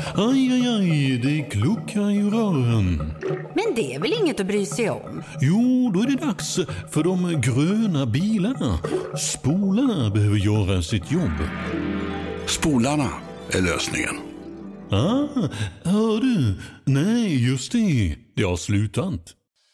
Aj, aj, aj, det kluckar i rören. Men det är väl inget att bry sig om? Jo, då är det dags för de gröna bilarna. Spolarna behöver göra sitt jobb. Spolarna är lösningen. Ah, hör du? Nej, just det. Det har slutat.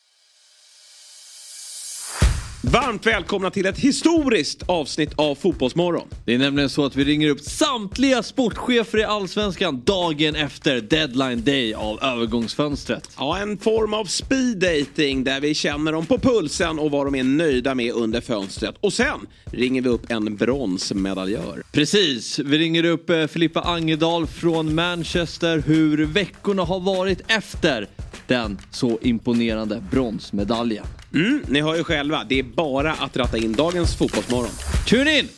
Varmt välkomna till ett historiskt avsnitt av Fotbollsmorgon. Det är nämligen så att vi ringer upp samtliga sportchefer i Allsvenskan dagen efter deadline day av övergångsfönstret. Ja, en form av speed dating där vi känner dem på pulsen och vad de är nöjda med under fönstret. Och sen ringer vi upp en bronsmedaljör. Precis, vi ringer upp Filippa Angedal från Manchester, hur veckorna har varit efter den så imponerande bronsmedaljen. Ni hör ju själva, det är bara att ratta in dagens Fotbollsmorgon. Tune in!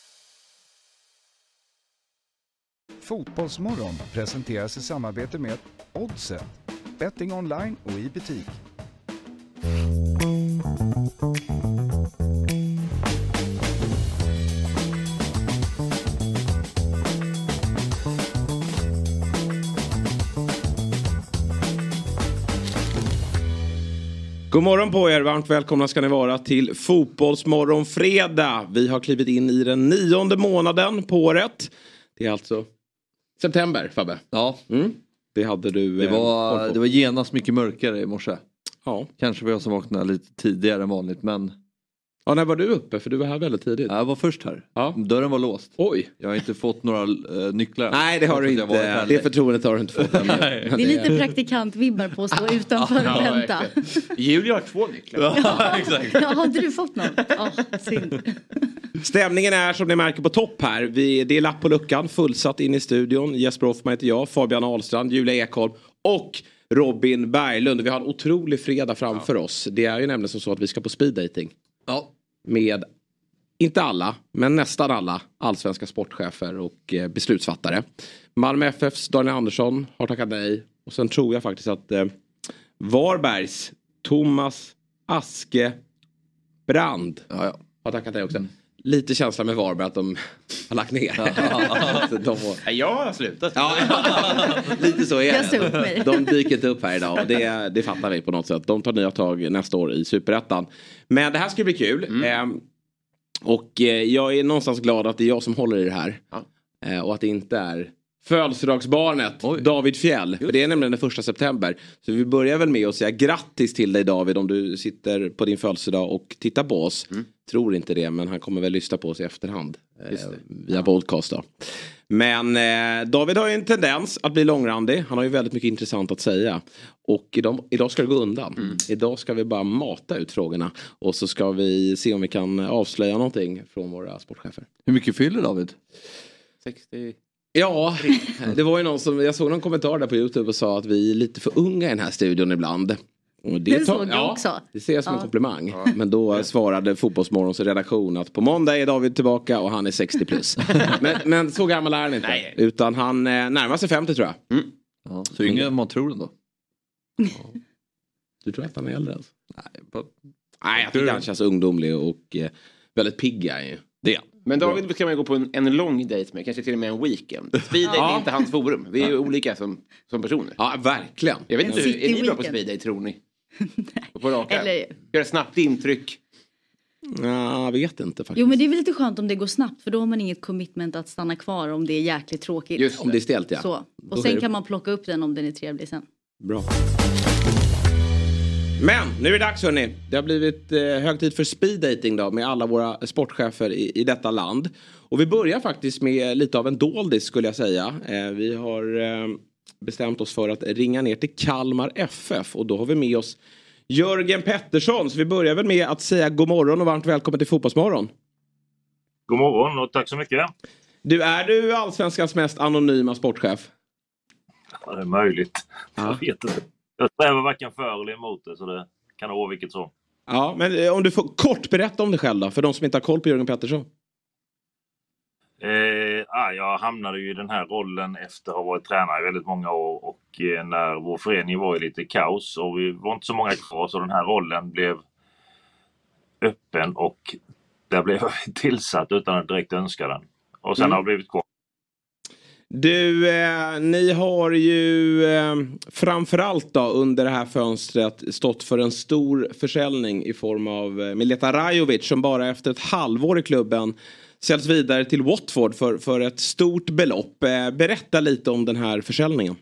Fotbollsmorgon presenteras i samarbete med Oddset, betting online och i butik. God morgon på er, varmt välkomna ska ni vara till Fotbollsmorgon fredag. Vi har klivit in i den 9:e månaden på året. Det är alltså september, Fabbe. Ja, Det hade du. det var genast mycket mörkare i morse. Ja. Kanske var jag som vaknade lite tidigare än vanligt, men... Ja, när var du uppe? För du var här väldigt tidigt. Jag var först här. Ja. Dörren var låst. Oj. Jag har inte fått några nycklar. Nej, det har du inte. Det förtroendet har du inte fått. Det är lite praktikant-vibbar på att stå utanför och vänta. Julia har 2 nycklar. Ja, exakt. Ja, har inte du fått någon? Ja, synd. Stämningen är som ni märker på topp här. Det är lapp på luckan, fullsatt in i studion. Jesper Hoffman heter jag, Fabian Ahlstrand, Julia Ekholm och Robin Berglund. Vi har en otrolig fredag framför oss. Det är ju nämligen så att vi ska på speed dating. Ja. Med, inte alla, men nästan alla allsvenska sportchefer och beslutsfattare. Malmö FFs Daniel Andersson har tackat nej. Och sen tror jag faktiskt att Varbergs Thomas Aske Brand har tackat nej också. Lite känsla med Varberg att de har lagt ner. Jag har slutat. Ja, lite så är Jag stod upp mig. De dyker inte upp här idag. Och det fattar vi på något sätt. De tar nya tag nästa år i Superettan. Men det här ska bli kul. Och jag är någonstans glad att det är jag som håller i det här. Och att det inte är födelsedagsbarnet David Fjäll. För det är nämligen den 1 september. Så vi börjar väl med att säga grattis till dig, David, om du sitter på din födelsedag och tittar på oss. Tror inte det, men han kommer väl lyssna på oss i efterhand. Via podcast då. Men David har ju en tendens att bli långrandig. Han har ju väldigt mycket intressant att säga. Och idag ska det gå undan. Idag ska vi bara mata ut frågorna. Och så ska vi se om vi kan avslöja någonting från våra sportchefer. Hur mycket fyller David? 60. Ja, det var ju någon som, jag såg någon kommentar där på YouTube och sa att vi är lite för unga i den här studion ibland. Och det såg jag också. Det ser jag som en komplimang. Men då svarade Fotbollsmorgons redaktion att på måndag är David tillbaka och han är 60 plus. men så gammal är han inte. Nej. Utan han närmar sig 50 tror jag. Ja, så yngre än man tror ändå. Ja. Du tror att han är äldre alltså? Nej, jag tycker han känns ungdomlig och väldigt pigg är ju. Det. Men David kan man gå på en lång dejt med. Kanske till och med en weekend. Speed date är inte hans forum. Vi är ju olika som personer. Ja, verkligen. Jag vet inte, är ni bra på speed date, tror ni? Nej. På raka. Eller... Gör snabbt intryck. Jag vet inte faktiskt. Jo, men det är väl lite skönt om det går snabbt. För då har man inget commitment att stanna kvar om det är jäkligt tråkigt. Just om det är stelt, ja. Så. Och sen kan man plocka upp den om den är trevlig sen. Bra. Men nu är det dags hörni. Det har blivit hög tid för speed dating då, med alla våra sportchefer i detta land. Och vi börjar faktiskt med lite av en doldis skulle jag säga. Vi har bestämt oss för att ringa ner till Kalmar FF. Och då har vi med oss Jörgen Pettersson. Så vi börjar väl med att säga god morgon och varmt välkommen till Fotbollsmorgon. God morgon och tack så mycket. Är du Allsvenskans mest anonyma sportchef? Ja, det är möjligt. Jag vet inte. Jag strävar varken för eller emot det, så det kan vara vilket så. Ja, men om du får kort berätta om dig själv då, för de som inte har koll på Jörgen Pettersson. Jag hamnade ju i den här rollen efter att ha varit tränare i väldigt många år. Och när vår förening var i lite kaos och vi var inte så många kvar, så den här rollen blev öppen och där blev jag tillsatt utan att direkt önska den. Och sen har jag blivit kvar. Du, ni har ju framförallt då under det här fönstret stått för en stor försäljning i form av Mileta Rajovic som bara efter ett halvår i klubben säljs vidare till Watford för ett stort belopp. Berätta lite om den här försäljningen.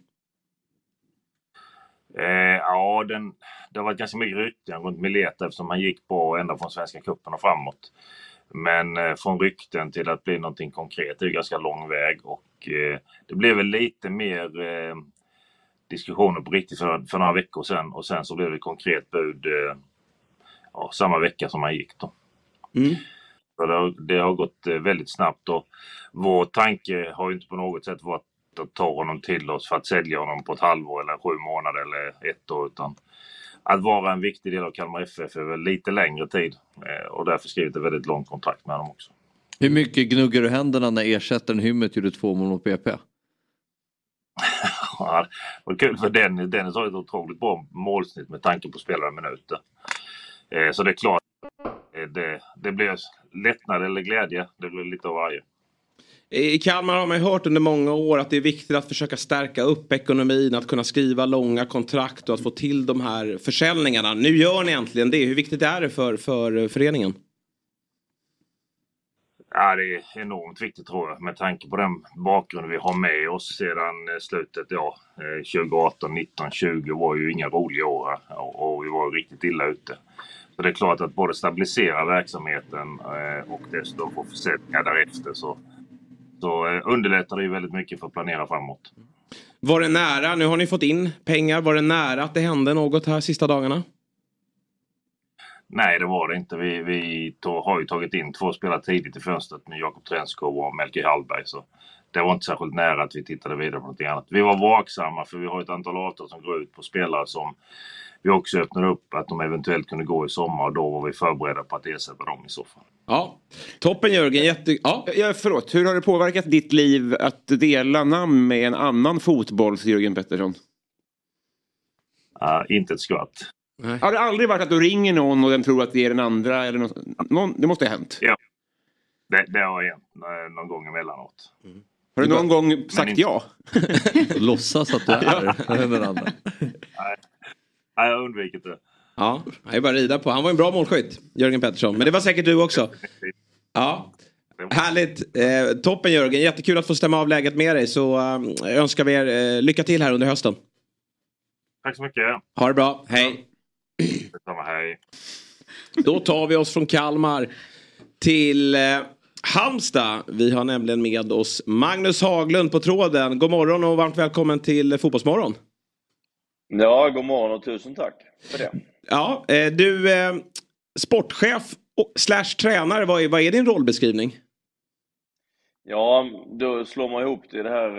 Ja, det har varit ganska mycket rykten runt Mileta eftersom han gick bra ända från Svenska cupen och framåt. Men från rykten till att bli någonting konkret det är ju ganska lång väg och det blev väl lite mer diskussioner på riktigt för några veckor sedan och sen så blev det konkret bud samma vecka som han gick då. Så det har gått väldigt snabbt och vår tanke har ju inte på något sätt varit att ta honom till oss för att sälja honom på ett halvår eller 7 månader eller 1 år utan att vara en viktig del av Kalmar FF över lite längre tid och därför skrivit ett väldigt långt kontrakt med honom också. Hur mycket gnuggar du händerna när ersättaren Hymmet gjorde 2 mål mot BP? Ja, det var kul för Dennis har ett otroligt bra målsnitt med tanke på spelare minuter. Så det är klart det blir lättnad eller glädje. Det blir lite av varje. I Kalmar har man ju hört under många år att det är viktigt att försöka stärka upp ekonomin, att kunna skriva långa kontrakt och att få till de här försäljningarna. Nu gör ni äntligen det. Hur viktigt är det för föreningen? Ja, det är enormt viktigt tror jag med tanke på den bakgrund vi har med oss sedan slutet 2018, 19, 20 var ju inga roliga år och vi var riktigt illa ute. Så det är klart att både stabilisera verksamheten och dessutom få försäljningar därefter så underlättar det ju väldigt mycket för att planera framåt. Var det nära, nu har ni fått in pengar, var det nära att det hände något här sista dagarna? Nej, det var det inte. Vi har ju tagit in 2 spelare tidigt i fönstret med Jakob Trenskov och Melke Hallberg. Så det var inte särskilt nära att vi tittade vidare på något annat. Vi var vaksamma för vi har ett antal avtal som går ut på spelare som vi också öppnade upp att de eventuellt kunde gå i sommar och då var vi förberedda på att ersätta dem i så fall. Ja, toppen Jörgen. Förlåt, hur har det påverkat ditt liv att dela namn med en annan fotbolls Jörgen Pettersson? Inte ett skvatt. Nej. Har det aldrig varit att du ringer någon och den tror att det är den andra? Eller det måste ha hänt. Ja, det har hänt någon gång emellanåt. Har du någon gång sagt ja? Låtsas att du är den andra. Nej, jag har undvikit det. Ja, jag är bara rida på. Han var en bra målskytt, Jörgen Pettersson. Men det var säkert du också. Ja, härligt. Toppen Jörgen, jättekul att få stämma av läget med dig. Så önskar vi er lycka till här under hösten. Tack så mycket. Ha det bra, hej. Detsamma, hej. Då tar vi oss från Kalmar till Halmstad. Vi har nämligen med oss Magnus Haglund på tråden. God morgon och varmt välkommen till Fotbollsmorgon. Ja, god morgon och tusen tack för det. Ja, du sportchef / tränare, vad är din rollbeskrivning? Ja, då slår man ihop det här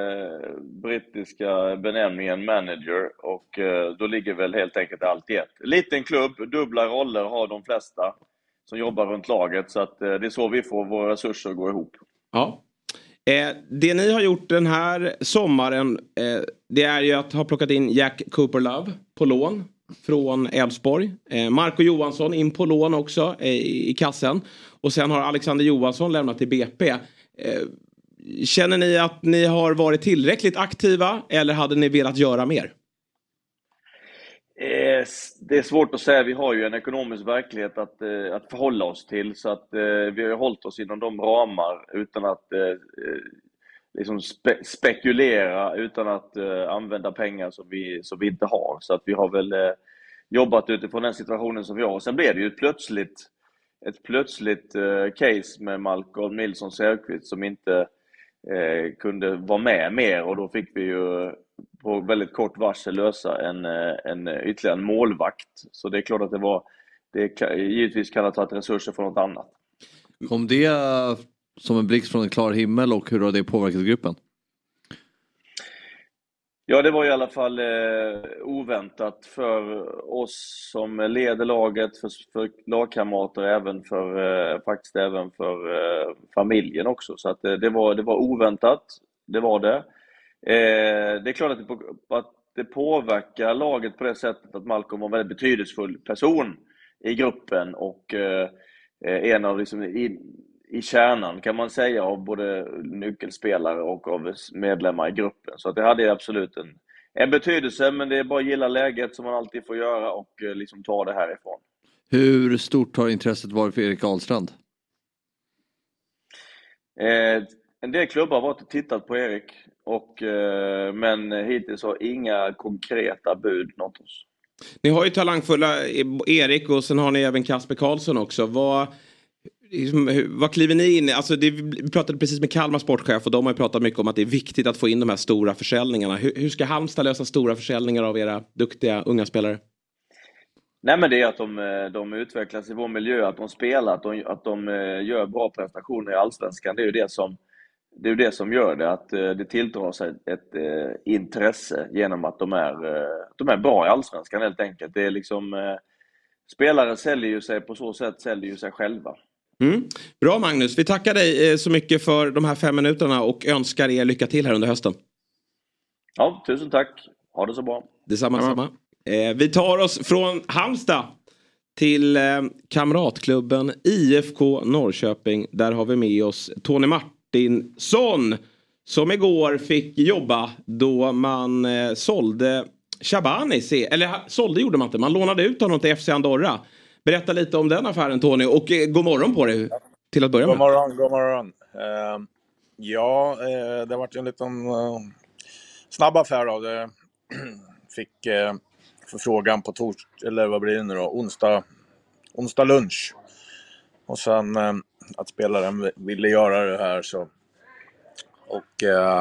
brittiska benämningen manager och då ligger väl helt enkelt allt i ett. Liten klubb, dubbla roller har de flesta som jobbar runt laget så att det är så vi får våra resurser att gå ihop. Ja. Det ni har gjort den här sommaren det är ju att ha plockat in Jack Cooper-Love på lån från Elfsborg. Marco Johansson in på lån också i kassen. Och sen har Alexander Johansson lämnat till BP. Känner ni att ni har varit tillräckligt aktiva eller hade ni velat göra mer? Det är svårt att säga. Vi har ju en ekonomisk verklighet att förhålla oss till så att vi har hållit oss inom de ramar utan att liksom spekulera, utan att använda pengar som vi inte har. Så att vi har väl jobbat utifrån den situationen som vi har. Och sen blev det ju ett plötsligt case med Malcolm Nilsson Säfqvist som inte kunde vara med mer och då fick vi ju på väldigt kort varsel lösa ytterligare en målvakt. Så det är klart att givetvis kan ha tagit resurser från något annat. Kom det som en blixt från en klar himmel och hur har det påverkat gruppen? Ja, det var i alla fall oväntat för oss som leder laget, för lagkamrater, faktiskt även för familjen också. Så att det var oväntat, det var det. Det är klart att det påverkar laget på det sättet att Malcolm var en väldigt betydelsefull person i gruppen och en av liksom i kärnan kan man säga av både nyckelspelare och av medlemmar i gruppen. Så att det hade absolut en betydelse, men det är bara att gilla läget som man alltid får göra och liksom ta det härifrån. Hur stort har intresset varit för Erik Ahlstrand? En del klubbar har varit och tittat på Erik, men hittills har inga konkreta bud nått oss. Ni har ju talangfulla Erik och sen har ni även Kasper Karlsson också. Vad kliver ni in i? Alltså vi pratade precis med Kalmar sportchef och de har ju pratat mycket om att det är viktigt att få in de här stora försäljningarna. Hur ska Halmstad lösa stora försäljningar av era duktiga unga spelare? Nej, men det är att de utvecklas i vår miljö, att de spelar, att de gör bra prestationer i Allsvenskan. Det är ju det som gör det, att det tilldrar sig ett intresse genom att de är bra i Allsvenskan helt enkelt. Det är liksom, spelare säljer ju sig på så sätt, säljer ju sig själva. Bra Magnus, vi tackar dig så mycket för de här 5 minuterna och önskar er lycka till här under hösten. Ja, tusen tack. Ha det så bra. Detsamma. Vi tar oss från Halmstad till kamratklubben IFK Norrköping. Där har vi med oss Tony Martinsson som igår fick jobba då man sålde Shabani. Eller sålde gjorde man inte, man lånade ut honom till FC Andorra. Berätta lite om den affären Tony och god morgon på dig till att börja med. God morgon. Det har varit en liten snabb affär då. Det fick förfrågan på onsdag lunch. Och sen att spelaren ville göra det här så. Och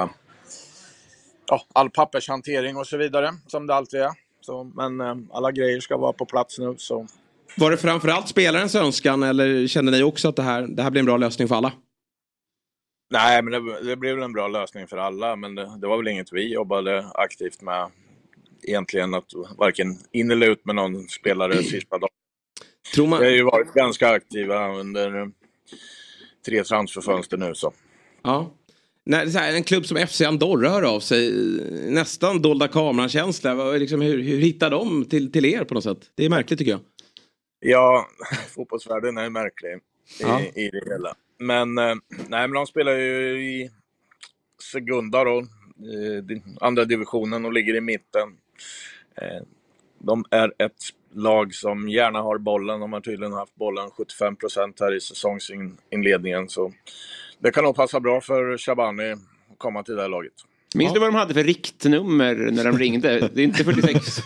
all pappershantering och så vidare som det alltid är. Så, men alla grejer ska vara på plats nu så. Var det framförallt spelarens önskan eller kände ni också att det här blir en bra lösning för alla? Nej, men det blev en bra lösning för alla, men det var väl inget vi jobbade aktivt med egentligen, att varken in eller ut med någon spelare sista dagen. Vi har ju varit ganska aktiva under 3 transferfönster nu så. Ja. När så här, en klubb som FC Andorra hör av sig, nästan dolda kamerakänsla, liksom, hur hittar de till er på något sätt? Det är märkligt tycker jag. Ja, fotbollsvärlden är märklig i det hela. Men de spelar ju i Segunda då, andra divisionen och ligger i mitten. De är ett lag som gärna har bollen. De har tydligen haft bollen 75% här i säsongsinledningen. Så det kan nog passa bra för Shabani att komma till det här laget. Minns du vad de hade för riktnummer när de ringde? Det är inte 46.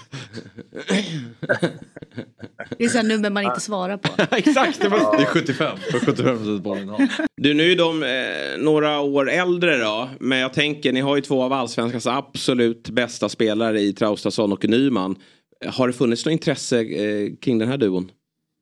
Det är så nummer man inte svarar på. Exakt, det är 75. För 75% bollen har. Du, nu är de några år äldre då. Men jag tänker, ni har ju 2 av Allsvenskans absolut bästa spelare i Traustason och Nyman. Har det funnits något intresse kring den här duon?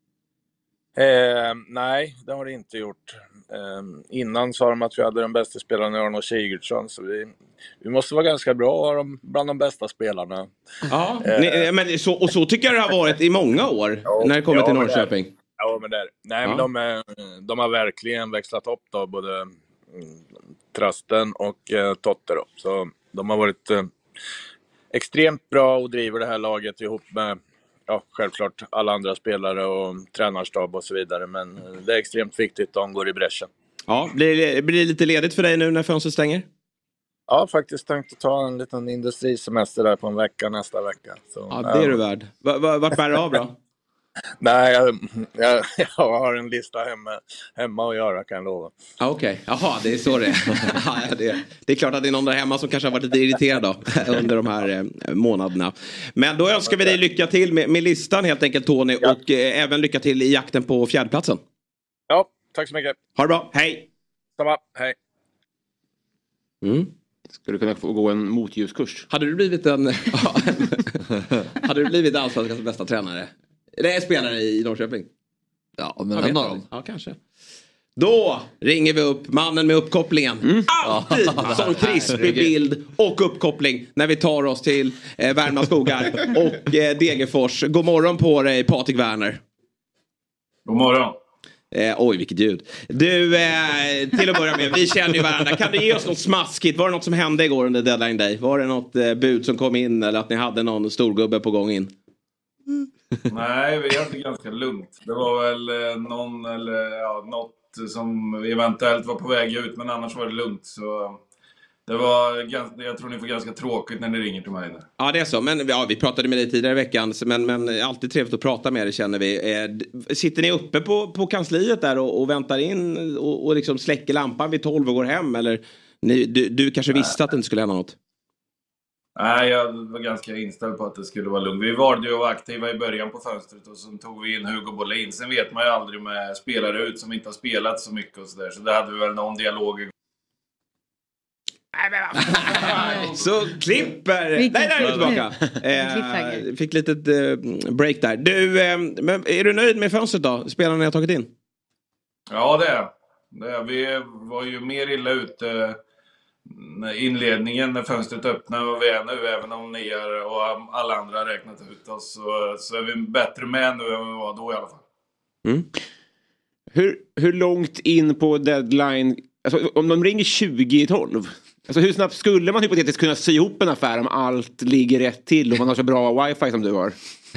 Nej, det har det inte gjort. Innan sa de att vi hade den bästa spelaren i Arnold Sigurdsson, så vi måste vara ganska bra bland de bästa spelarna. Ja, men så tycker jag det har varit i många år när det kommer till Norrköping. Men de har verkligen växlat upp då, både Trasten och Totte då. Så de har varit extremt bra och driver det här laget ihop med självklart alla andra spelare och tränarstab och så vidare. Men det är extremt viktigt att de går i bräschen. Ja, blir det lite ledigt för dig nu när fönstret stänger? Ja, faktiskt tänkte ta en liten industrisemester där på en vecka nästa vecka. Så, ja, det är du värd. Vart bär du av då? Nej, jag har en lista hemma att göra, kan jag lova. Okej, jaha, det är så det är. Det är klart att det är någon där hemma som kanske har varit lite irriterad då, under de här månaderna. Men då önskar vi dig lycka till med listan helt enkelt, Tony. Ja. Och även lycka till i jakten på 4:e platsen. Ja, tack så mycket. Ha det bra, hej! Samma, hej. Skulle du kunna få gå en motljuskurs? Hade du blivit Allsvenskans bästa tränare? Det är spelare i Norrköping. Ja, men en av dem. Ja, kanske. Då ringer vi upp mannen med uppkopplingen. Alltid som krispig bild och uppkoppling när vi tar oss till Värmlands skogar och Degerfors. God morgon på dig, Patrik Werner. God morgon. Oj, vilket ljud. Du, till att börja med, vi känner ju varandra. Kan du ge oss något smaskigt? Var det något som hände igår under deadline day? Var det något bud som kom in eller att ni hade någon storgubbe på gång in? Nej, vi hade ganska lugnt. Det var väl något som eventuellt var på väg ut, men annars var det lugnt. Så det var jag tror ni får ganska tråkigt när ni ringer till mig nu. Ja, det är så. Men ja, vi pratade med dig tidigare i veckan. Men alltid trevligt att prata med dig, känner vi. Sitter ni uppe på kansliet där och väntar in och liksom släcker lampan vid 12 och går hem? Eller du kanske visste att det inte skulle hända något? Nej, jag var ganska inställd på att det skulle vara lugnt. Vi valde ju att vara aktiva i början på fönstret och så tog vi in Hugo Bolin. Sen vet man ju aldrig med spelare ut som inte har spelat så mycket och sådär. Så det hade vi väl någon dialog. Så klipper. Nej, där är du tillbaka. Fick litet break där. Du, men är du nöjd med fönstret då? Spelarna har tagit in? Ja, det är. Vi var ju mer illa ute inledningen när fönstret öppnade och vi är nu, även om ni och alla andra har räknat ut oss, så är vi bättre med nu än vi var då i alla fall. Hur långt in på deadline, alltså, om de ringer 20:12, alltså hur snabbt skulle man hypotetiskt kunna sy ihop en affär om allt ligger rätt till och man har så bra wifi som du har?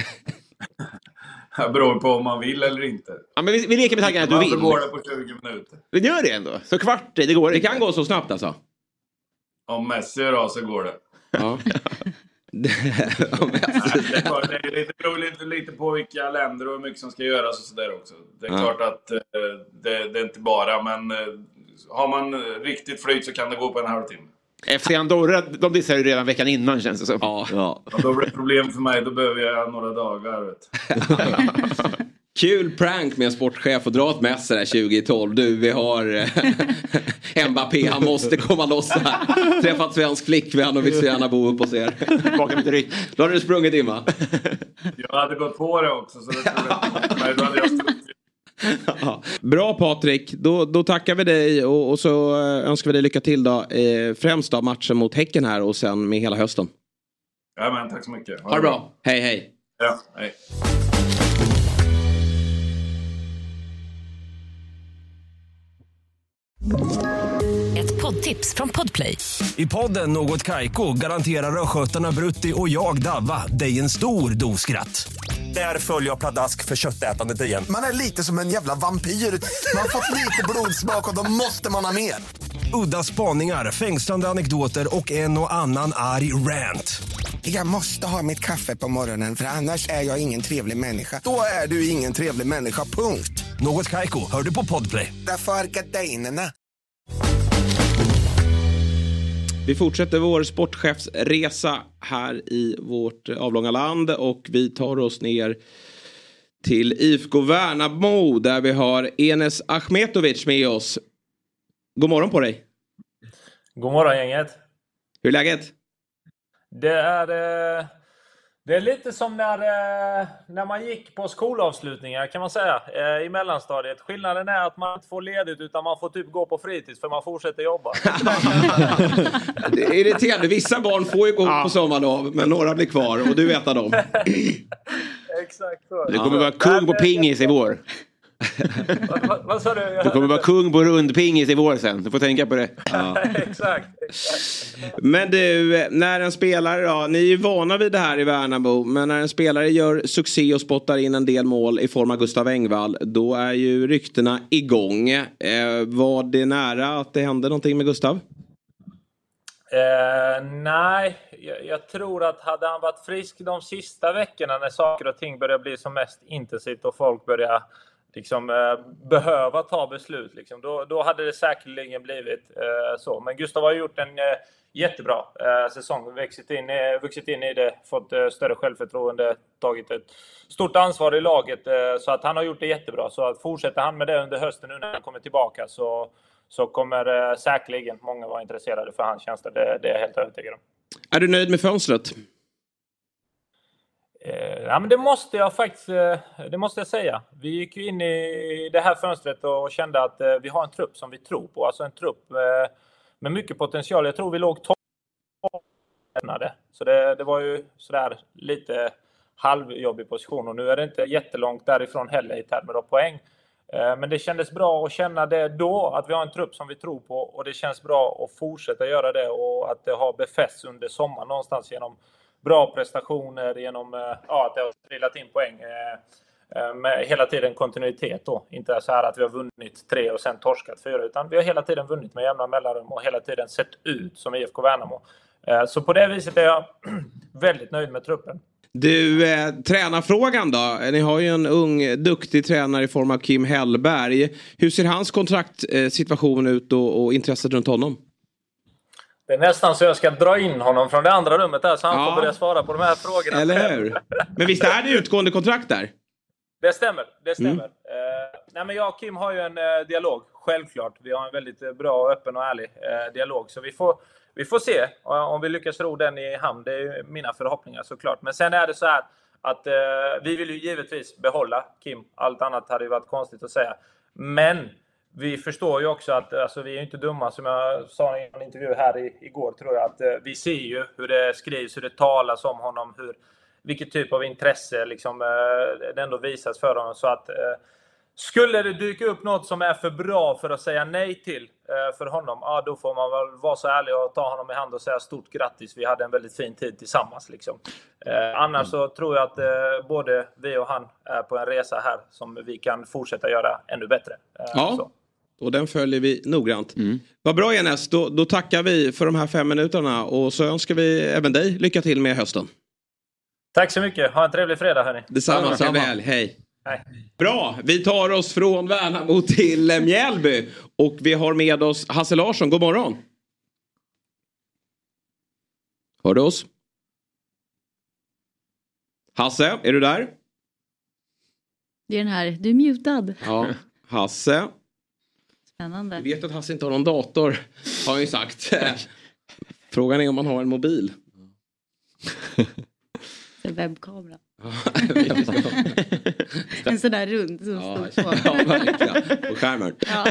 Det beror på om man vill eller inte. Ja, men vi leker med tanken att du vill. Så går det på 20 minuter. Det gör det ändå. Så kvart, det går. Det kan gå så snabbt alltså. Om Messi är så går det. Ja. Det beror lite på vilka länder och hur mycket som ska göras och sådär också. Det är klart att det är inte bara, men har man riktigt flyt så kan det gå på en halvtimme. FC Andorra, de dissar ju redan veckan innan, känns det som. Ja. Och då blir det problem för mig, då behöver jag några dagar. Vet. Kul prank med en sportchef och dra ett Messi där 2012. Du, vi har Mbappé, han måste komma loss här. Träffat svensk flickvän och vill så gärna bo upp hos er. Då hade du sprungit in, va? Jag hade gått på det också, så det då hade jag Bra, Patrik, då tackar vi dig och så önskar vi dig lycka till då, främst då matchen mot Häcken här och sen med hela hösten. Ja, men tack så mycket. Ha det bra. Hej. Ja, hej. Ett poddtips från Podplay. I podden Något Kaiko garanterar röskötarna Brutti och jag Davva dig en stor doskratt. Där följer jag pladask för köttätandet igen. Man är lite som en jävla vampyr. Man har fått lite blodsmak och då måste man ha mer. Udda spaningar, fängslande anekdoter och en och annan arg rant. Jag måste ha mitt kaffe på morgonen för annars är jag ingen trevlig människa. Då är du ingen trevlig människa, punkt. Något Kaiko, hör du på Podplay. Därför är gardinerna. Vi fortsätter vår sportchefsresa här i vårt avlånga land och vi tar oss ner till IFK Värnamo där vi har Enes Ahmetovic med oss. God morgon på dig. God morgon, gänget. Hur är läget? Det är lite som när man gick på skolavslutningar, kan man säga, i mellanstadiet. Skillnaden är att man inte får ledigt utan man får typ gå på fritids för man fortsätter jobba. Det är irriterande. Vissa barn får ju gå på sommarlov men några blir kvar och du vet dem. Exakt så. Du kommer vara kung på pingis i vår. Vad sa du? Du kommer vara kung på rundpingis i vår sen. Du får tänka på det. Ja. Exakt. Men du, när en spelare då, ni är ju vana vid det här i Värnamo, men när en spelare gör succé och spottar in en del mål i form av Gustav Engvall, då är ju ryktena igång. Var det nära att det hände någonting med Gustav? Nej, jag tror att hade han varit frisk de sista veckorna när saker och ting började bli som mest intensivt och folk började liksom behöva ta beslut liksom, då hade det säkerligen blivit så. Men Gustav har gjort en jättebra säsong, vuxit in i det, fått större självförtroende, tagit ett stort ansvar i laget, så att han har gjort det jättebra. Så att fortsätter han med det under hösten nu när han kommer tillbaka så kommer säkerligen många vara intresserade för hans tjänster. Det är jag helt övertygad om. Är du nöjd med fönstret? Ja, men det måste jag säga. Vi gick ju in i det här fönstret och kände att vi har en trupp som vi tror på. Alltså en trupp med mycket potential. Jag tror vi låg topp. Så det var ju sådär lite halvjobbig position. Och nu är det inte jättelångt därifrån heller i termer av poäng. Men det kändes bra att känna det då, att vi har en trupp som vi tror på. Och det känns bra att fortsätta göra det och att det har befästs under sommaren någonstans genom bra prestationer, genom att det har trillat in poäng med hela tiden kontinuitet då. Inte så här att vi har vunnit 3 och sen torskat 4, utan vi har hela tiden vunnit med jämna mellanrum och hela tiden sett ut som IFK Värnamo. Så på det viset är jag väldigt nöjd med truppen. Du, tränarfrågan då. Ni har ju en ung, duktig tränare i form av Kim Hellberg. Hur ser hans kontraktsituation ut och intresset runt honom? Det är nästan så jag ska dra in honom från det andra rummet där så han får börja svara på de här frågorna. Eller hur? Men visst är det utgående kontrakt där? Det stämmer. Nej, men jag och Kim har ju en dialog, självklart. Vi har en väldigt bra, öppen och ärlig dialog. Så vi får se om vi lyckas ro den i hamn. Det är ju mina förhoppningar såklart. Men sen är det så här att vi vill ju givetvis behålla Kim. Allt annat hade ju varit konstigt att säga. Men vi förstår ju också att alltså, vi är inte dumma, som jag sa i en intervju här igår tror jag. Att vi ser ju hur det skrivs, hur det talas om honom, vilket typ av intresse liksom, det ändå visas för honom. Så att skulle det dyka upp något som är för bra för att säga nej till för honom, då får man väl vara så ärlig och ta honom i hand och säga stort grattis. Vi hade en väldigt fin tid tillsammans. Liksom. Annars så tror jag att både vi och han är på en resa här som vi kan fortsätta göra ännu bättre. Så. Och den följer vi noggrant. Vad bra Enes, då tackar vi för de här 5 minuterna och så önskar vi även dig lycka till med hösten. Tack så mycket, ha en trevlig fredag hörni. Detsamma, hej. Hej. Bra, vi tar oss från Värnamo till Mjällby och vi har med oss Hasse Larsson, god morgon. Hör du oss? Hasse, är du där? Det är den här, du är mutad. Ja, Hasse. Spännande. Jag vet att Hasse inte har någon dator, har jag ju sagt. Frågan är om man har en mobil. En webbkamera. En sån där rund som står på. Ja, verkligen. På skärmen. Ja.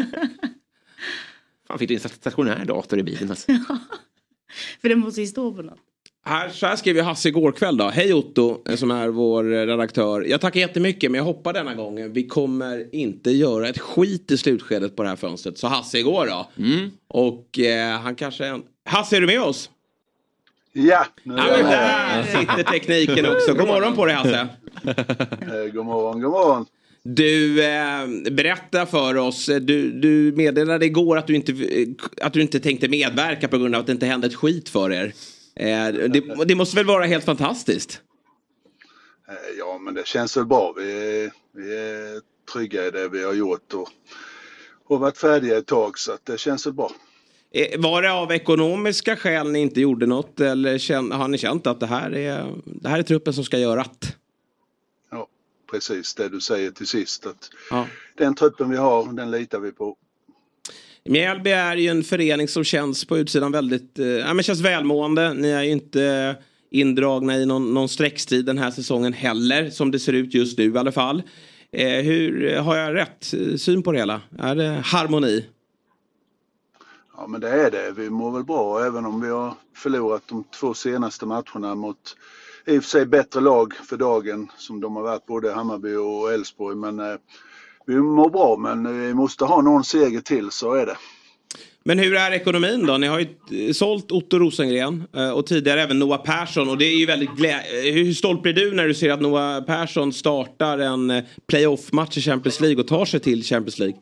Fan, fick du en stationär dator i bilen? Alltså. För det måste ju stå på något. Så här skrev jag Hasse igår kväll då. Hej Otto, som är vår redaktör. Jag tackar jättemycket, men jag hoppar denna gången. Vi kommer inte göra ett skit i slutskedet på det här fönstret. Så Hasse igår då. Och han kanske... Hasse, är du med oss? Ja, där sitter tekniken också. God morgon på dig Hasse. God morgon. Du, berätta för oss. Du meddelade igår att du inte tänkte medverka på grund av att det inte hände ett skit för er. Det måste väl vara helt fantastiskt? Ja, men det känns väl bra. Vi är trygga i det vi har gjort och varit färdiga ett tag, så att det känns väl bra. Var det av ekonomiska skäl ni inte gjorde något, eller har ni känt att det här är truppen som ska göra att? Ja, precis det du säger till sist. Att den truppen vi har, den litar vi på. Mjällby är ju en förening som känns på utsidan väldigt, men känns välmående. Ni är ju inte indragna i någon sträckstrid den här säsongen heller, som det ser ut just nu i alla fall. Hur har jag rätt syn på det hela? Är det harmoni? Ja, men det är det. Vi mår väl bra, även om vi har förlorat de 2 senaste matcherna mot i och för sig bättre lag för dagen, som de har varit, både Hammarby och Elfsborg. Men vi mår bra, men vi måste ha någon seger till, så är det. Men hur är ekonomin då? Ni har ju sålt Otto Rosengren och tidigare även Noah Persson. Och det är ju väldigt hur stolt blir du när du ser att Noah Persson startar en playoff-match i Champions League och tar sig till Champions League?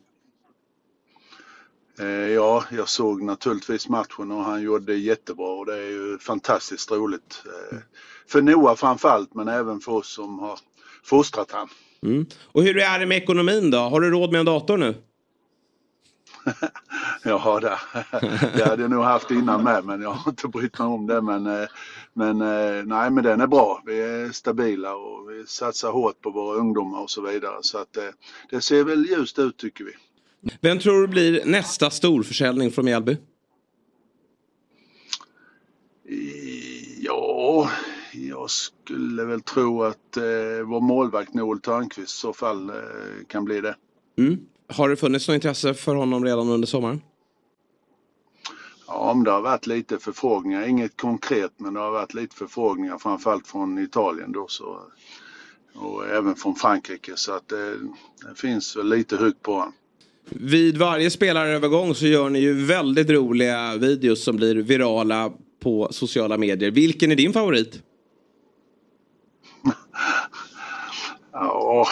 Ja, jag såg naturligtvis matchen och han gjorde det jättebra, och det är ju fantastiskt roligt. För Noah framförallt, men även för oss som har fostrat han. Och hur är det med ekonomin då? Har du råd med en dator nu? Ja, det hade jag nog haft innan med, men jag har inte brytt mig om det. Men nej, men den är bra. Vi är stabila och vi satsar hårt på våra ungdomar och så vidare. Så att det ser väl ljust ut, tycker vi. Vem tror du blir nästa storförsäljning från Mjällby? Ja, jag skulle väl tro att vår målvakt Noel Törnqvist i så fall kan bli det. Har det funnits något intresse för honom redan under sommaren? Ja, men det har varit lite förfrågningar. Inget konkret, men det har varit lite förfrågningar, framförallt från Italien då, så, och även från Frankrike. Så att det finns väl lite högt på honom. Vid varje spelarövergång så gör ni ju väldigt roliga videos som blir virala på sociala medier. Vilken är din favorit? Ja,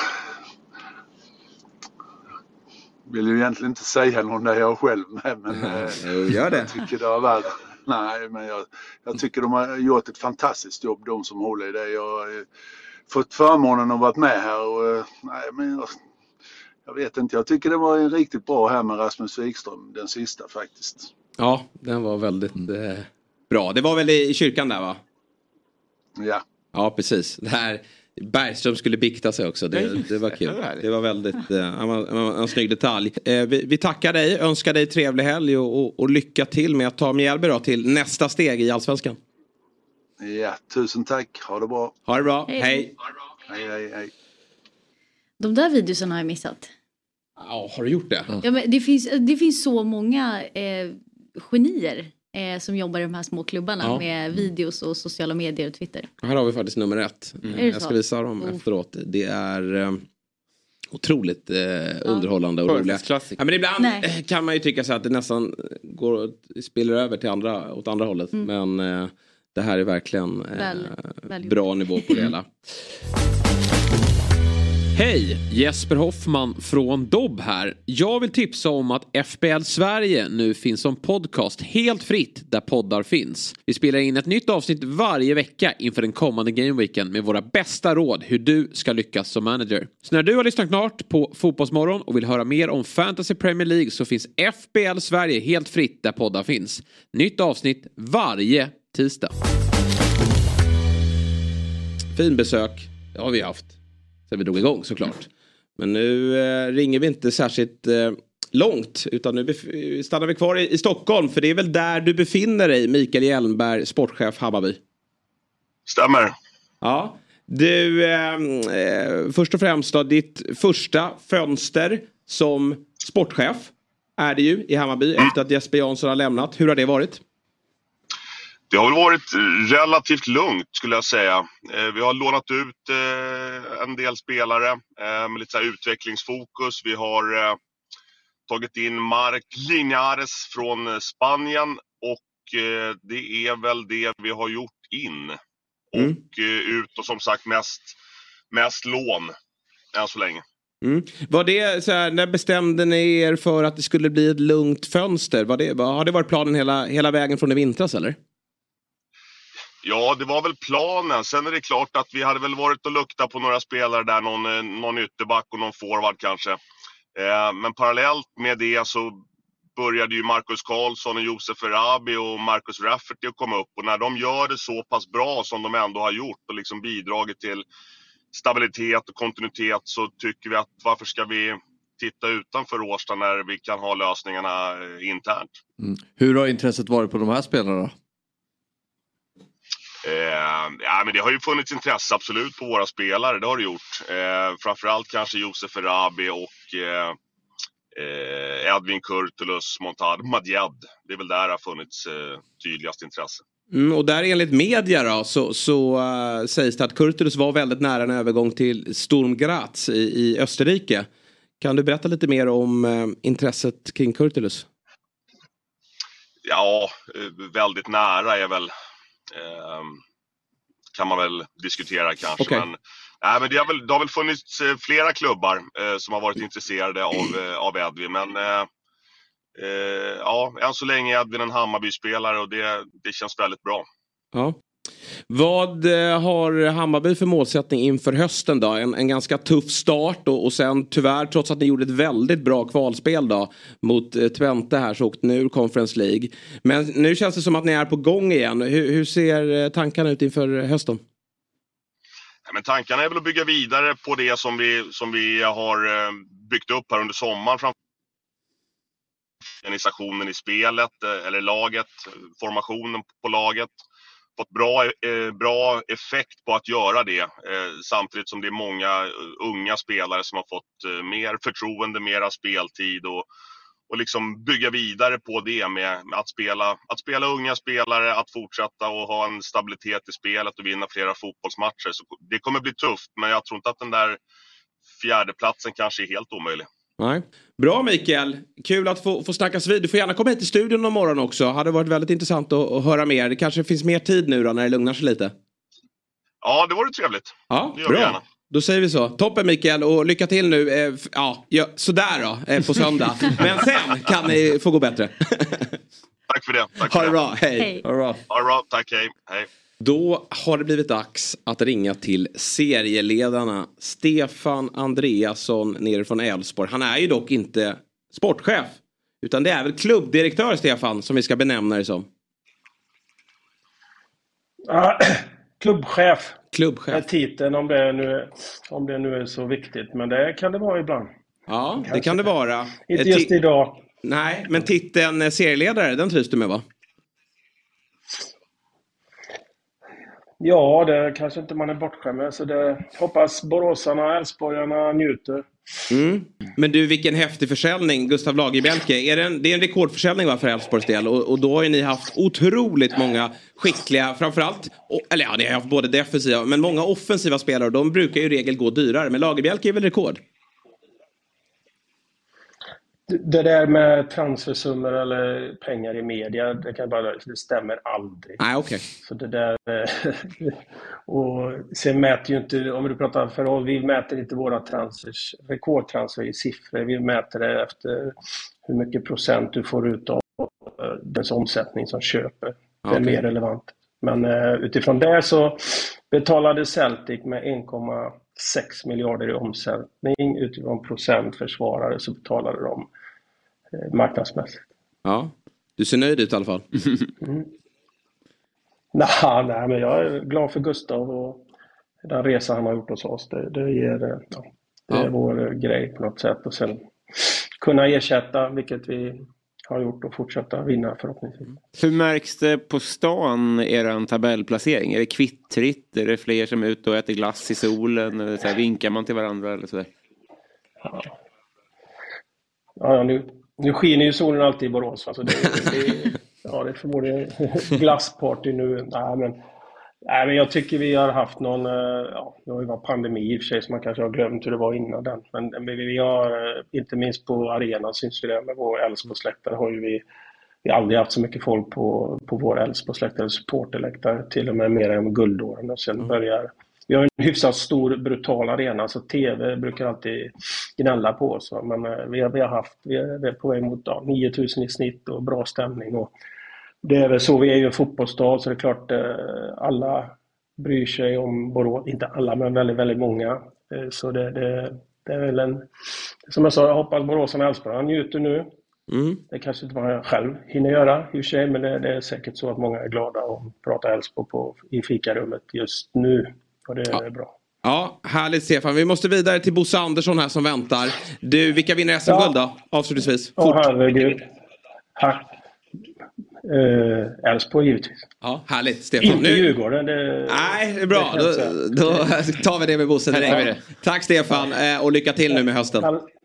vill ju egentligen inte säga någon där jag själv med, men gör det. Jag tycker det har varit. Nej, men jag tycker de har gjort ett fantastiskt jobb, de som håller i det. Jag har fått förmånen att vara med här och nej, men jag vet inte. Jag tycker det var en riktigt bra här med Rasmus Wikström, den sista faktiskt. Ja, den var väldigt bra. Det var väl i kyrkan där, va? Ja. Ja, precis. Det här Bergström skulle bikta sig också. Det var kul. Det var väldigt en snygg detalj. Vi tackar dig, önskar dig trevlig helg och lycka till med att ta Mjällby då till nästa steg i Allsvenskan. Ja, tusen tack. Ha det bra. Ha det bra. Hej. Hej. Hej. De där videorna har jag missat. Ja, har du gjort det? Ja, men det finns så många genier som jobbar i de här små klubbarna med videos och sociala medier och Twitter. Här har vi faktiskt nummer 1. Jag ska visa dem efteråt. Det är otroligt underhållande och roliga. Ja, men ibland kan man ju tycka så att det nästan spiller över till åt andra hållet. Men det här är verkligen bra nivå på det hela. Hej, Jesper Hoffman från Dobb här. Jag vill tipsa om att FBL Sverige nu finns som podcast helt fritt där poddar finns. Vi spelar in ett nytt avsnitt varje vecka inför den kommande gameweeken med våra bästa råd hur du ska lyckas som manager. Så när du har lyssnat klart på Fotbollsmorgon och vill höra mer om Fantasy Premier League så finns FBL Sverige helt fritt där poddar finns. Nytt avsnitt varje tisdag. Fin besök, det har vi haft. Så vi drog igång såklart. Men nu ringer vi inte särskilt långt. Utan nu stannar vi kvar i Stockholm. För det är väl där du befinner dig, Mikael Hjelmberg, sportchef Hammarby. Stämmer. Ja. Du, först och främst då, ditt första fönster som sportchef är det ju i Hammarby efter att Jesper Jansson har lämnat. Hur har det varit? Det har väl varit relativt lugnt skulle jag säga. Vi har lånat ut en del spelare med lite så här utvecklingsfokus. Vi har tagit in Marc Linares från Spanien och det är väl det vi har gjort in. Och ut och som sagt mest lån än så länge. Var det så här, när bestämde ni er för att det skulle bli ett lugnt fönster? Har det varit planen hela vägen från i vintras eller? Ja, det var väl planen. Sen är det klart att vi hade väl varit och luktat på några spelare där. Någon ytterback och någon forward kanske. Men parallellt med det så började ju Marcus Karlsson och Josef Erabi och Marcus Rafferty att komma upp. Och när de gör det så pass bra som de ändå har gjort och liksom bidragit till stabilitet och kontinuitet så tycker vi att varför ska vi titta utanför Årsta när vi kan ha lösningarna internt. Hur har intresset varit på de här spelarna då? Ja, men det har ju funnits intresse absolut på våra spelare, det har det gjort. Framförallt kanske Josef Erabi och Edvin Kurtulus, Montad Madjad. Det är väl där det har funnits tydligast intresse. Och där enligt media då, så sägs det att Kurtulus var väldigt nära en övergång till Sturm Graz i Österrike. Kan du berätta lite mer om intresset kring Kurtulus? Ja, väldigt nära är väl kan man väl diskutera kanske. Okay. Men det har väl funnits flera klubbar som har varit intresserade av Edvin. Men än så länge är Edvin en Hammarby-spelare och det känns väldigt bra. Ja. Vad har Hammarby för målsättning inför hösten då? En ganska tuff start och sen tyvärr trots att ni gjorde ett väldigt bra kvalspel då mot Twente här så åkte ni ur Conference League. Men nu känns det som att ni är på gång igen. Hur ser tankarna ut inför hösten? Ja, men tankarna är väl att bygga vidare på det som vi har byggt upp här under sommaren. Organisationen i spelet eller laget, formationen på laget. Fått bra effekt på att göra det samtidigt som det är många unga spelare som har fått mer förtroende, mera speltid och liksom bygga vidare på det med att spela unga spelare, att fortsätta och ha en stabilitet i spelet och vinna flera fotbollsmatcher. Så det kommer bli tufft, men jag tror inte att den där fjärdeplatsen kanske är helt omöjlig. Nej. Bra Mikael, kul att få snackas vid. Du får gärna komma hit till studion någon morgon också. Hade varit väldigt intressant att höra mer. Det kanske finns mer tid nu då när det lugnar sig lite. Ja, det vore trevligt. Ja, det gör bra. vi gärna. Då säger vi så. Toppen Mikael och lycka till nu. Sådär då på söndag. Men sen kan ni få gå bättre. Tack för det. Ha det bra. Hej. Ha det bra. Tack. Hej. Då har det blivit dags att ringa till serieledarna Stefan Andreasson nere från Elfsborg. Han är ju dock inte sportchef. Utan det är väl klubbdirektör Stefan som vi ska benämna det som. Klubbchef. Klubbchef. Titeln om det nu är så viktigt. Men det kan det vara ibland. Ja, kanske. Det kan det vara. Inte just idag. Nej, men titeln serieledare, den trivs du med va? Ja, det kanske inte man är bortskämd med. Så det hoppas boråsarna och älvsborgarna njuter. Men du, vilken häftig försäljning, Gustav Lagerbielke. Det är en rekordförsäljning för Elfsborgs del. Och då har ju ni haft otroligt många skickliga, framförallt, ni har haft både defensiva, men många offensiva spelare. De brukar ju i regel gå dyrare, men Lagerbielke är väl rekord? Det där med transfersummor eller pengar i media, det stämmer aldrig. Nej, okej. Så det där, och sen mäter ju inte, om du pratar för oss, vi mäter inte våra rekordtransfer i siffror. Vi mäter det efter hur mycket procent du får ut av dess omsättning som köper. Det är mer relevant. Men utifrån det så betalade Celtic med 1,6 miljarder i omsättning. Utifrån procentförsvarare så betalade de marknadsmässigt. Ja, du ser nöjd ut i alla fall. Nej, men jag är glad för Gustav och den resa han har gjort hos oss. Det är vår grej på något sätt. Och sen kunna ersätta, vilket vi har gjort, och fortsätta vinna förhoppningsvis. Hur märks det på stan, er tabellplacering? Är det kvittrigt? Är det fler som är ute och äter glass i solen? Eller så här, vinkar man till varandra eller sådär? Ja, nu skiner ju solen alltid i Borås. Alltså det är förmodligen glassparty nu. Nej, men jag tycker vi har haft någon... det har ju varit pandemi i och för sig, så man kanske har glömt hur det var innan den. Men vi har, inte minst på arenan syns det med vår Älvsborgsläktare, har ju vi aldrig haft så mycket folk på vår Älvsborgsläktare, supporterläktare, till och med mer än guldåren. Och sen vi har en hyfsat stor, brutal arena, så tv brukar alltid gnälla på oss. Men vi är på väg mot 9000 i snitt och bra stämning. Och det är väl så, vi är ju en fotbollsstad, så det är klart alla bryr sig om Borås. Inte alla, men väldigt, väldigt många. Så det är väl som jag sa, jag hoppas boråsarna och Älvsborg njuter nu. Det kanske inte man själv hinner göra i och för sig, men det är säkert så att många är glada om prata Älvsborg i fikarummet just nu. Och det är bra. Ja, härligt Stefan. Vi måste vidare till Bosse Andersson här som väntar. Du, vilka vinner SM-guld då? Avslutningsvis. Herregud. Älvsborg givetvis. Ja, härligt Stefan. Inte Djurgården. Nej, det är bra. Då tar vi det med Bosse direkt. Tack Stefan och lycka till nu med hösten.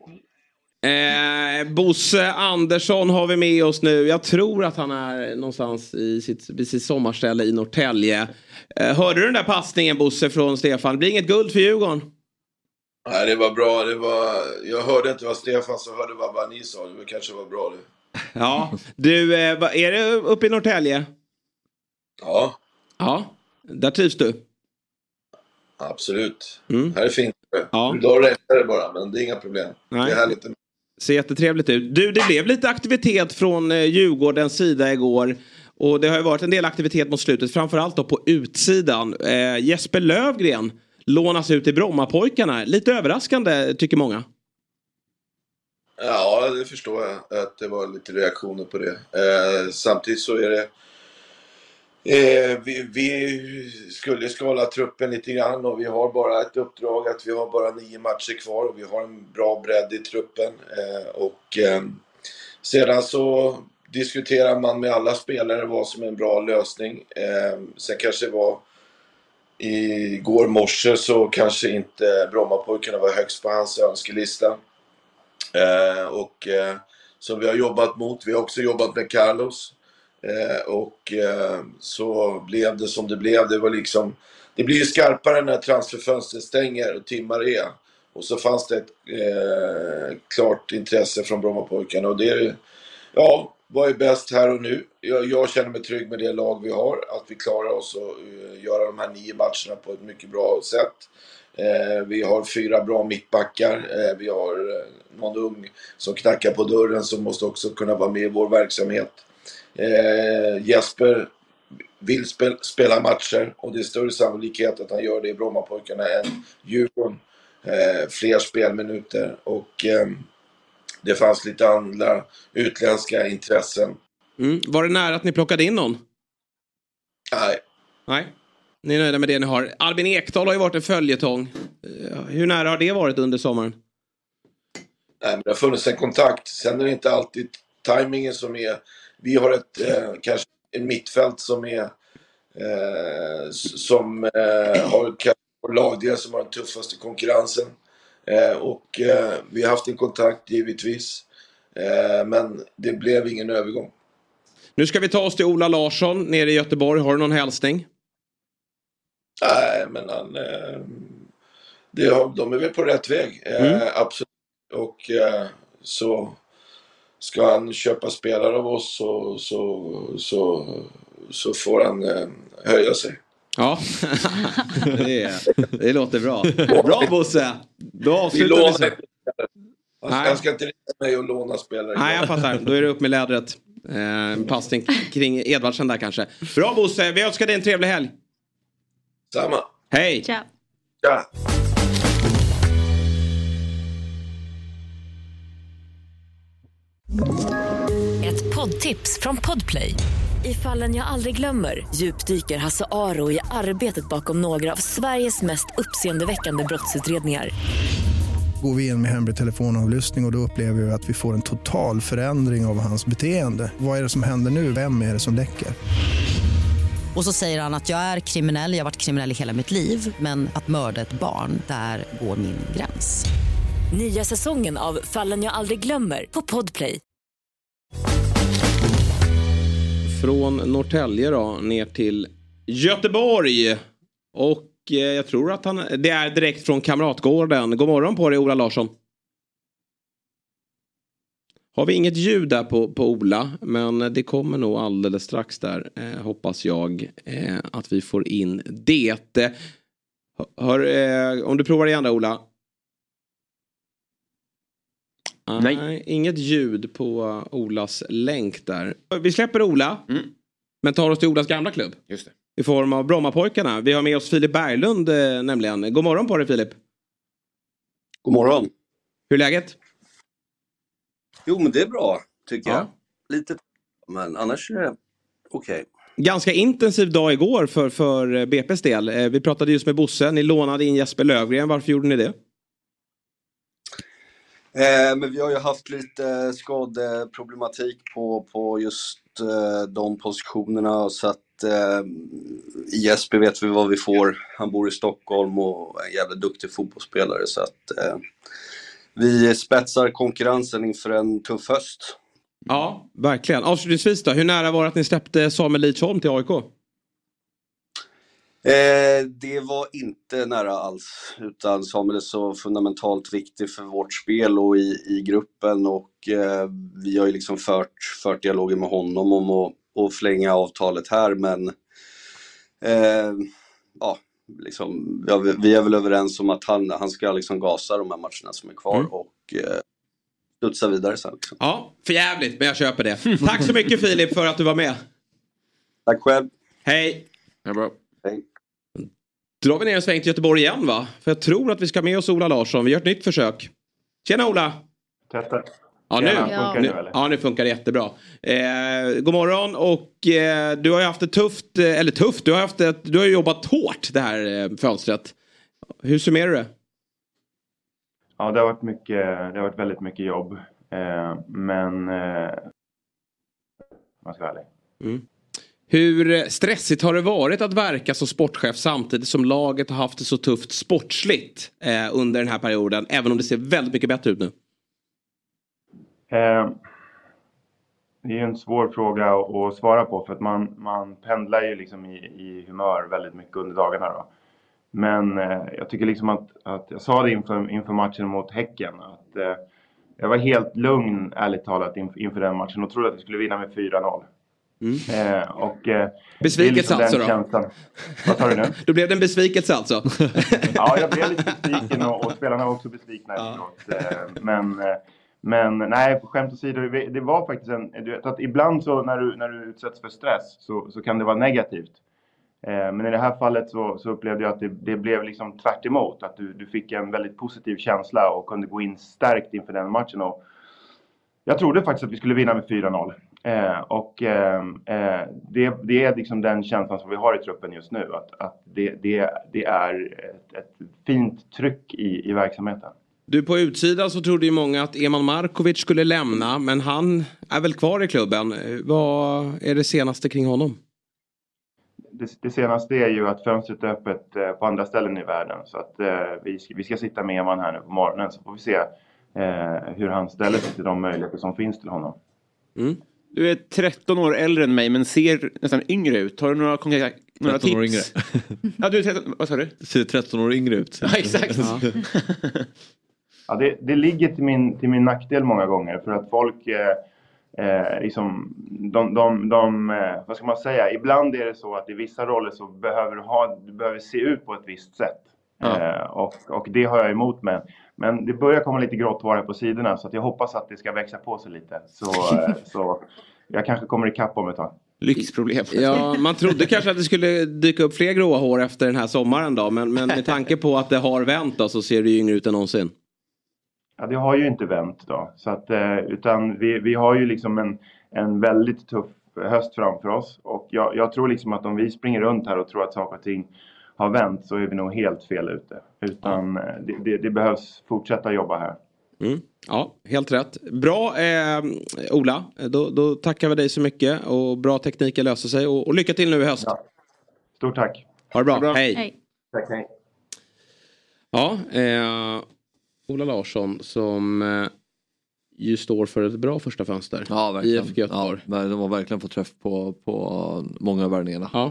Bosse Andersson har vi med oss nu. Jag tror att han är någonstans vid sitt sommarställe i Norrtälje. Hörde du den där passningen, Bosse, från Stefan? Det blir inget guld för Djurgården. Nej, det var bra. Jag hörde inte vad Stefan sa, hörde vad ni sa. Det kanske var bra det. Ja, du, är det uppe i Norrtälje? Ja. Ja, där trivs du? Absolut. Här är fint. Ja. Då räcker det bara, men det är inga problem. Nej. Det är härligt. Ser jättetrevligt ut. Du, det blev lite aktivitet från Djurgårdens sida igår. Och det har ju varit en del aktivitet mot slutet. Framförallt då på utsidan. Jesper Lövgren lånas ut i Brommapojkarna. Lite överraskande tycker många. Ja, det förstår jag. Att det var lite reaktioner på det. Samtidigt så är det... Vi skulle skala truppen lite grann, och vi har bara ett uppdrag att vi har bara 9 matcher kvar och vi har en bra bredd i truppen. Sedan så diskuterar man med alla spelare vad som är en bra lösning. Sen kanske var igår morse så kanske inte Brommapojkarna var högst på hans önskelista. Så vi har jobbat mot, vi har också jobbat med Carlos. Så blev det som det blev. Det var liksom, det blir ju skarpare när transferfönstret stänger och timmar är. Och så fanns det ett klart intresse från Brommapojkarna, och det är, ja, vad är bäst här och nu? Jag känner mig trygg med det lag vi har. Att vi klarar oss och göra de här 9 matcherna på ett mycket bra sätt. Vi har 4 bra mittbackar. Vi har någon ung som knackar på dörren som måste också kunna vara med i vår verksamhet. Jesper vill spela matcher och det är större sannolikhet att han gör det i Brommapojkarna än Djurgården. Fler spelminuter och det fanns lite andra utländska intressen. Var det nära att ni plockade in någon? Nej. Ni är nöjda med det ni har. Albin Ekdal har ju varit en följetong. Hur nära har det varit under sommaren? Nej, men det har funnits en kontakt. Sen är det inte alltid tajmingen som är... Vi har kanske en mittfält som är har lagdelar som har den tuffaste konkurrensen. Och vi har haft en kontakt givetvis. Men det blev ingen övergång. Nu ska vi ta oss till Ola Larsson nere i Göteborg. Har du någon hälsning? Nej, men de är väl på rätt väg. Absolut. Och så ska han köpa spelare av oss så får han höja sig. Ja, det låter bra. Bra Bosse. Då avslutar vi så. Jag ska inte ringa mig och låna spelare. Nej, jag fattar. Då är det upp med lädret. Passning kring Edvardsen där kanske. Bra Bosse, vi önskar dig en trevlig helg. Samma. Hej. Ciao. Ja. Ett poddtips från Podplay. I Fallen jag aldrig glömmer djupdyker Hasse Aro i arbetet bakom några av Sveriges mest uppseendeväckande brottsutredningar. Går vi in med hemlig telefonavlyssning och då upplever vi att vi får en total förändring av hans beteende. Vad är det som händer nu? Vem är det som läcker? Och så säger han att jag är kriminell, jag har varit kriminell i hela mitt liv. Men att mörda ett barn, där går min gräns. Nya säsongen av Fallen jag aldrig glömmer på Podplay. Från Norrtälje då, ner till Göteborg. Och jag tror att det är direkt från Kamratgården. God morgon på dig, Ola Larsson. Har vi inget ljud där på Ola, men det kommer nog alldeles strax där. Hoppas jag att vi får in det. Om du provar igen då, Ola. Nej, inget ljud på Olas länk där. Vi släpper Ola, men tar oss till Olas gamla klubb. Just det. I form av Brommapojkarna. Vi har med oss Filip Berglund nämligen. God morgon på dig, Filip. God morgon. Hur är läget? Jo, men det är bra, tycker jag. Lite, men annars är det okej. Ganska intensiv dag igår för BP's del. Vi pratade just med Bosse. Ni lånade in Jesper Löfgren. Varför gjorde ni det? Men vi har ju haft lite skadeproblematik på just de positionerna. Så att Jesper vet vi vad vi får. Han bor i Stockholm och är en jävla duktig fotbollsspelare. Så att vi spetsar konkurrensen inför en tuff höst. Ja, verkligen. Avslutningsvis då, hur nära var det att ni släppte Samuel Lidsholm till AIK? Det var inte nära alls, utan Samuel är så fundamentalt viktig för vårt spel och i gruppen, och vi har ju liksom fört dialogen med honom om att förlänga avtalet här, men vi är väl överens om att han ska liksom gasa de här matcherna som är kvar och studsa vidare sen. Liksom. Ja, för jävligt, men jag köper det. Tack så mycket Filip för att du var med. Tack själv. Hej. Ja, bra. Hej. Drar vi ner en sväng till Göteborg igen, va? För jag tror att vi ska med oss Ola Larsson. Vi gör ett nytt försök. Tjena Ola! Testar. Ja, nu funkar det jättebra. God morgon, och du har ju haft det tufft, du har ju jobbat hårt det här fönstret. Hur summerar du det? Ja, det har varit väldigt mycket jobb. Men man ska vara ärlig. Hur stressigt har det varit att verka som sportchef samtidigt som laget har haft det så tufft sportsligt under den här perioden, även om det ser väldigt mycket bättre ut nu? Det är ju en svår fråga att svara på, för att man pendlar ju liksom i humör väldigt mycket under dagarna då. Men jag tycker liksom att jag sa det inför matchen mot Häcken, att jag var helt lugn, ärligt talat, inför den matchen och trodde att vi skulle vinna med 4-0. Besvikelse alltså då? Känslan. Vad tar du nu? Då blev det en besvikelse alltså? Ja, jag blev lite besviken och spelarna var också besvikna efteråt. Men nej, på skämt åsido, det var faktiskt du vet att ibland så när du utsätts för stress så kan det vara negativt. Men i det här fallet så upplevde jag att det blev liksom tvärt emot. Att du fick en väldigt positiv känsla och kunde gå in stärkt inför den matchen. Och jag trodde faktiskt att vi skulle vinna med 4-0. Det är liksom den känslan som vi har i truppen just nu. Att det är ett fint tryck i verksamheten. Du, på utsidan så trodde ju många att Eman Markovic skulle lämna. Men han är väl kvar i klubben. Vad är det senaste kring honom? Det senaste är ju att fönstret är öppet på andra ställen i världen. Så att vi ska sitta med Eman här nu på morgonen. Så får vi se hur han ställer sig till de möjligheter som finns till honom. Du är 13 år äldre än mig men ser nästan yngre ut. Har du några konkreta tips? 13 år yngre. Ja, du är 13, vad sa du? Ser 13 år yngre ut. Ja, exakt. Ja, det ligger till min nackdel många gånger. För att folk liksom, vad ska man säga? Ibland är det så att i vissa roller så du behöver se ut på ett visst sätt. Och det har jag emot med. Men det börjar komma lite gråttvara på sidorna. Så att jag hoppas att det ska växa på sig lite. Så jag kanske kommer ikapp om ett tag. Lyxproblem. Ja, man trodde kanske att det skulle dyka upp fler gråa hår efter den här sommaren då. Men med tanke på att det har vänt då, så ser det ju yngre ut än någonsin. Ja, det har ju inte vänt då. Så att, utan vi har ju liksom en väldigt tuff höst framför oss. Och jag tror liksom att om vi springer runt här och tror att saker och ting har vänt så är vi nog helt fel ute. Utan det behövs fortsätta jobba här. Ja, helt rätt. Bra, Ola. Då tackar vi dig så mycket. Och bra tekniker löser sig. Och lycka till nu i höst. Ja. Stort tack. Ha det bra. Hej. Hej. Tack, hej. Ja, Ola Larsson som ju står för ett bra första fönster. Ja, verkligen. IFK Göteborg. Ja, de har verkligen fått träff på många av värvningarna. Ja.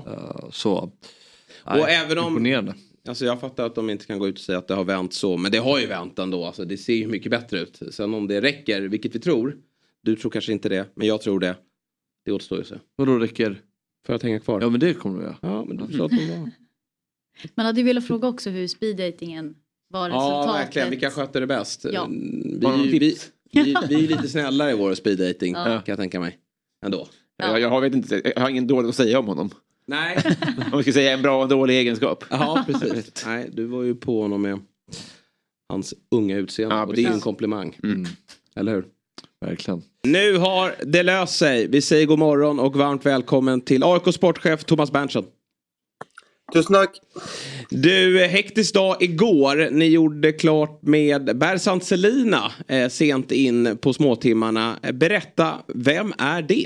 Och även om, imponerande. Alltså jag fattar att de inte kan gå ut och säga att det har vänt så. Men det har ju vänt ändå. Alltså det ser ju mycket bättre ut. Sen om det räcker, vilket vi tror. Du tror kanske inte det, men jag tror det. Det återstår ju så. Och då räcker? För att hänga kvar. Ja, men det kommer vi göra. Ja, men du sa att de var. Man hade ju velat fråga också hur speeddatingen var resultatet. Ja, verkligen. Vilka sköter det bäst? Ja. Vi är lite snällare i vår speeddating, kan jag tänka mig. Ändå. Ja. Jag har ingen dåligt att säga om honom. Nej. Om vi ska säga en bra och dålig egenskap. Ja, precis. Nej, du var ju på honom med hans unga utseende. Ja, och det är ju en komplimang. Eller hur? Verkligen. Nu har det löst sig. Vi säger god morgon och varmt välkommen till AIK sportchef Thomas Berntsen. Tusen tack. Du, hektisk dag igår. Ni gjorde klart med Bersant Selina sent in på småtimmarna. Berätta, vem är det?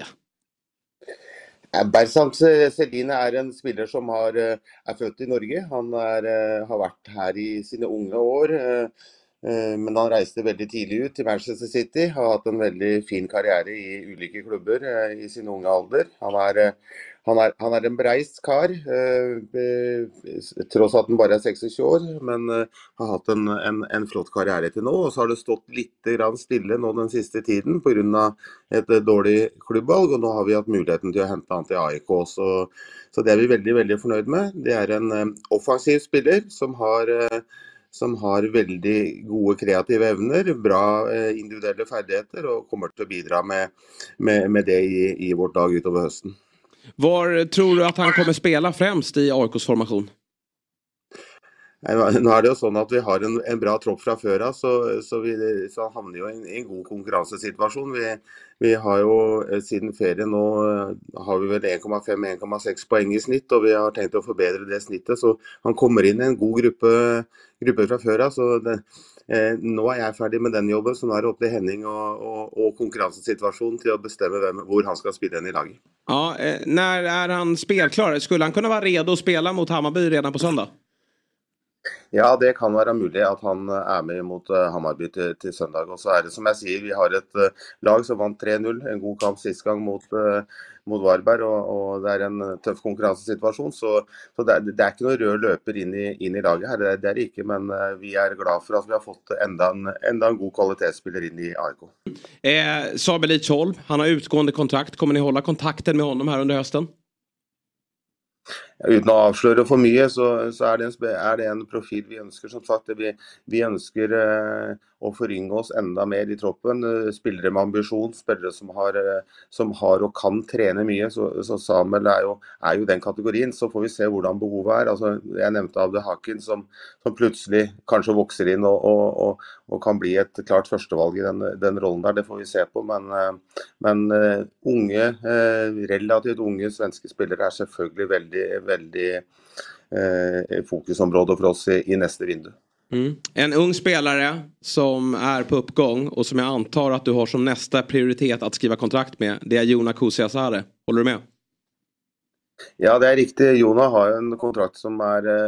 Bersant Selina är en spelare som är född i Norge. Han har varit här i sina unga år. Men han reiste väldigt tidigt ut till Manchester City. Har haft en väldigt fin karriär i olika klubbar i sin unga ålder. Han är en bereist kar, trots att han bara är 26 år, men har haft en flott karriär till nu. Och så har det stått lite grann stille nu den sista tiden på grund av ett dåligt klubbvalg. Och nu har vi haft möjligheten till att hämta han till AIK. Så det är vi väldigt, väldigt förnöjda med. Det är en offensiv spelare som har väldigt goda kreativa evner, bra individuella färdigheter och kommer att bidra med det i vårt lag utöver hösten. Var tror du att han kommer spela främst i AIKs formation? Nu är det ju så att vi har en bra tropp från förra så hamnar ju i en god konkurrenssituation. Vi har ju sedan ferien nu har vi väl 1,5-1,6 poäng i snitt och vi har tänkt att förbättra det snittet så han kommer in i en god grupp från förra så nu är jag färdig med den jobben som är upp till Henning och konkurrenssituation till att bestämma var han ska spela i laget. Ja, när är han spelklar? Skulle han kunna vara redo att spela mot Hammarby redan på söndag? Ja, det kan vara möjligt att han är med mot Hammarby till söndag. Och så är det som jag säger, vi har ett lag som vann 3-0, en god kamp sist gång mot Varberg, og det en tøff konkurransesituasjon, så det ikke noe rød løper inn i laget her, det det ikke, men vi glad for at vi har fått enda en god kvalitetsspiller inn i AIK. Sabel Lidsholm, han har utgående kontrakt, kommer ni hålla kontakten med honom här under hösten? Uten å avsløre for mye, så det en profil vi ønsker. Som sagt, vi ønsker å forynge oss enda mer i troppen. Spillere med ambisjon, spillere som har og kan trene mye. Så Samuel jo den kategorien. Så får vi se hvordan behovet Altså, jeg nevnte Abde Hakin, som plutselig kanskje vokser inn og kan bli et klart førstevalg i den rollen der. Det får vi se på. Men relativt unge svenske spillere selvfølgelig veldig fokusområde for oss i neste vindu. En ung spelare som på uppgång och som jag antar att du har som nästa prioritet att skriva kontrakt med, det Jona Kusiasare. Håller du med? Ja, det riktig. Jona har en kontrakt som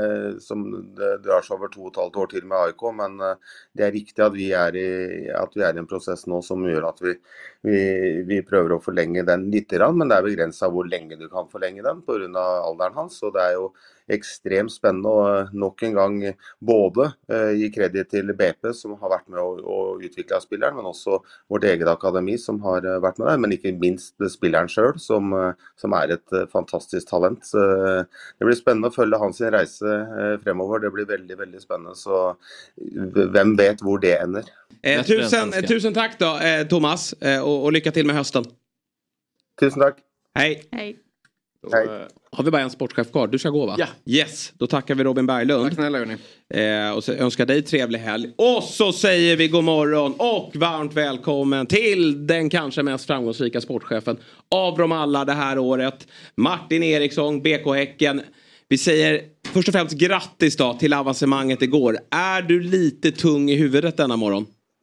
drar seg over 2,5 år til med AIK, men det riktig at vi i en prosess nå som gjør at vi prøver å forlenge den litt, men det begrenset hvor lenge du kan forlenge den på grunn av alderen hans, og det jo ekstremt spennende og nok en gang både gi kreditt til BP som har vært med å utvikle spilleren, men også vårt eget akademi som har vært med der, men ikke minst spilleren selv som et fantastisk talent. Så det blir spennende å følge hans reise fremover, det blir veldig, veldig spennende, så hvem vet hvor det ender. Tusen tack då, Thomas, och lycka till med hösten. Tusen tack. Hej. Hej. Har vi bara en sportchef kvar? Du ska gå, va? Ja. Yes, då tackar vi Robin Berglund. Tack snälla, hörni. Och så önskar dig trevlig helg. Och så säger vi god morgon och varmt välkommen till den kanske mest framgångsrika sportchefen av dem alla det här året. Martin Eriksson, BK Häcken. Vi säger först och främst grattis då till avancemanget igår. Är du lite tung i huvudet denna morgon?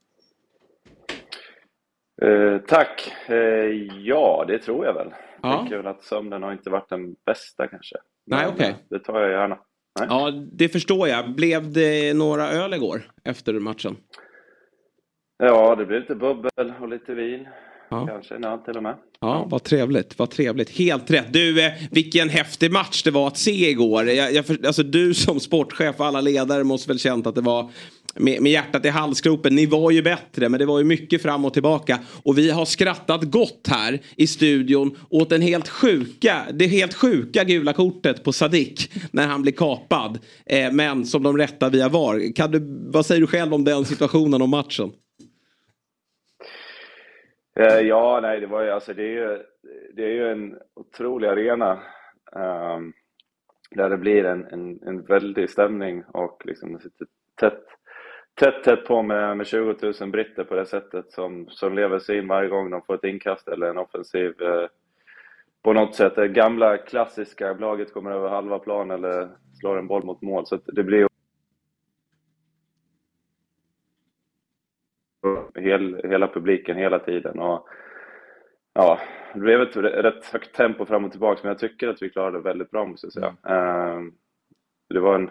Tack. Ja, det tror jag väl. Jag tycker väl att sömnen har inte varit den bästa kanske. Nej, okej. Det tar jag gärna. Nej. Ja, det förstår jag. Blev det några öl igår efter matchen? Ja, det blev lite bubbel och lite vin. Kanske en öl till och med. Ja, vad trevligt. Helt rätt. Du, vilken häftig match det var att se igår. Alltså, du som sportchef och alla ledare måste väl känt att det var med hjärtat i halsgropen. Ni var ju bättre, men det var ju mycket fram och tillbaka. Och vi har skrattat gott här i studion åt det helt sjuka gula kortet på Sadik när han blir kapad. Men som de rättar via VAR. Vad säger du själv om den situationen och matchen? Ja, nej, det var ju, alltså det är ju en otrolig arena där det blir en väldig stämning och liksom det sitter tätt på med 20 000 britter på det sättet som lever sig in varje gång de får ett inkast eller en offensiv på något sätt. Det gamla klassiska laget kommer över halva plan eller slår en boll mot mål, så det blir hela publiken hela tiden och ja, det blev ett rätt högt tempo fram och tillbaka, men jag tycker att vi klarade det väldigt bra, måste jag säga. Det var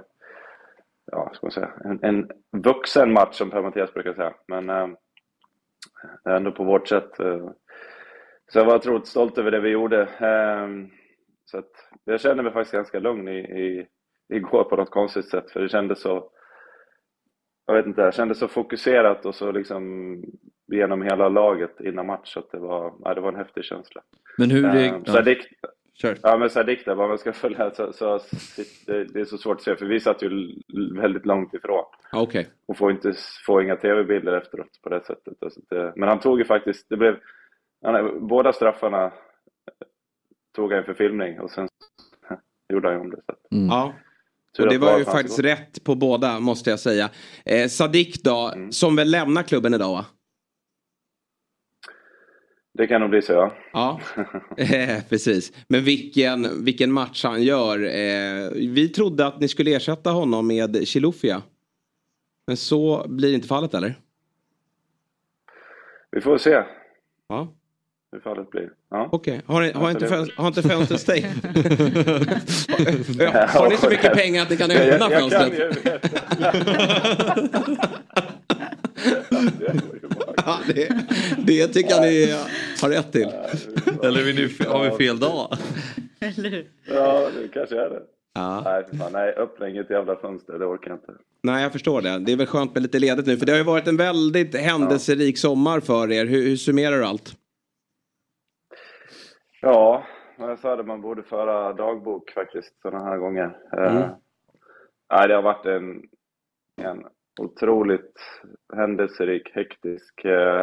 en vuxen match som Per Mattias brukar säga, men ändå på vårt sätt. Så jag var otroligt stolt över det vi gjorde. Så att jag kände mig faktiskt ganska lugn igår på något konstigt sätt, för det kändes så, jag vet inte, jag kände så fokuserat och så liksom genom hela laget innan match, att det var en häftig känsla. Men hur Sadik där, vad man ska följa, så det är så svårt att se, för vi satt ju väldigt långt ifrån. Okay. Och får inga tv-bilder efteråt på det sättet. Alltså men han tog ju faktiskt, båda straffarna tog han för filmning och sen gjorde han om det. Ja. Och det var ju faktiskt rätt på båda, måste jag säga. Sadik då, som väl lämnar klubben idag, va? Det kan nog bli så, ja. Ja, precis. Men vilken match han gör. Vi trodde att ni skulle ersätta honom med Chilufya. Men så blir inte fallet, eller? Vi får se. Ja. Hur fallet blir. Ja. Okej. Har inte fönstret stängt? Har ni så mycket pengar att ni kan öppna fönstret? Ja, det tycker jag ni har rätt till. Eller har vi fel dag? Eller? Ja, det kanske är det. Ja. Nej, öppna inget jävla fönster, det orkar jag inte. Nej, jag förstår det. Det är väl skönt med lite ledigt nu. För det har ju varit en väldigt händelserik sommar för er. Hur summerar du allt? Ja, jag sa det, man borde föra dagbok faktiskt sådana här gånger. Nej, det har varit en otroligt händelserik, hektisk,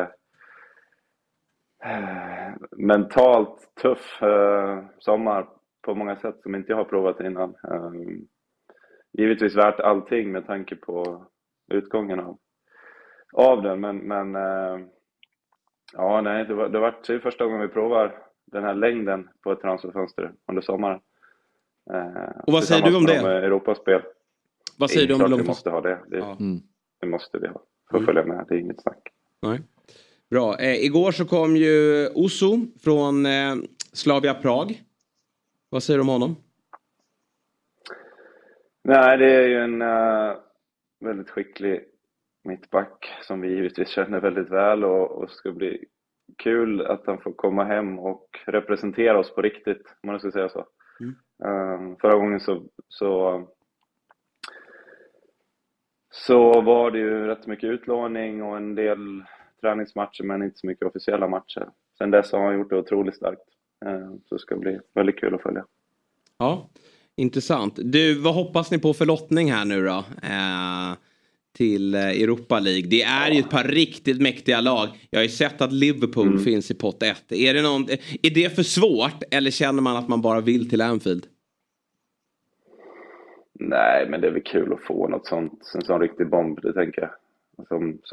mentalt tuff sommar på många sätt som inte jag har provat innan. Givetvis värt allting med tanke på utgången av den, men ja, nej, det har varit första gången vi provar den här längden på ett transferfönster under sommaren. Och vad säger du om det? Europaspel. Vad säger du om det? Vi måste ha det. Det måste vi ha. För att följa med, det är inget snack. Nej. Bra. Igår så kom ju Oso från Slavia Prag. Vad säger du om honom? Nej, det är ju en väldigt skicklig mittback som vi givetvis känner väldigt väl, och ska bli kul att han får komma hem och representera oss på riktigt, om man ska säga så. Förra gången så var det ju rätt mycket utlåning och en del träningsmatcher, men inte så mycket officiella matcher. Sen dess har han gjort det otroligt starkt. Så det ska bli väldigt kul att följa. Ja, intressant. Du, vad hoppas ni på för lottning här nu då? Till Europa League. Det är ju ett par riktigt mäktiga lag. Jag har ju sett att Liverpool finns i pott 1. Är det för svårt, eller känner man att man bara vill till Anfield? Nej, men det är väl kul att få något sånt, en sån riktig bomb, det tänker jag.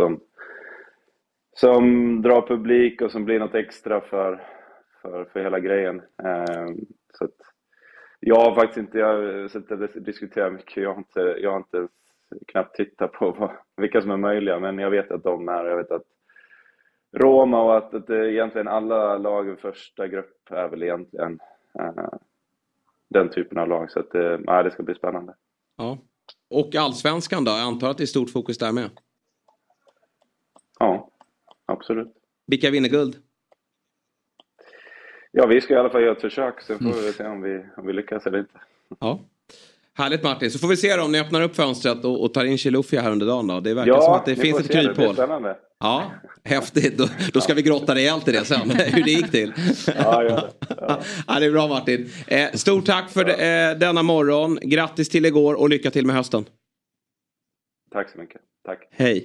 Som drar publik och som blir något extra för hela grejen. Så att jag har faktiskt inte, jag har diskuterat mycket. Jag har inte knappt tittat på vilka som är möjliga, men jag vet att de är. Jag vet att Roma och att egentligen alla lag i första grupp är väl egentligen den typen av lag. Så att det ska bli spännande. Ja. Och allsvenskan då? Jag antar att det är stort fokus där med. Ja, absolut. Vilka vinner guld? Ja, vi ska i alla fall göra ett försök. Sen får vi se om vi lyckas eller inte. Ja. Härligt, Martin. Så får vi se om ni öppnar upp fönstret och tar in Chilufya här under dagen då. Det verkar som att det finns ett kryphål. Ja, häftigt. Då ska vi grotta rejält i det sen. Hur det gick till. Ja, det. Ja, det är bra, Martin. Stort tack för denna morgon. Grattis till igår och lycka till med hösten. Tack så mycket. Tack. Hej.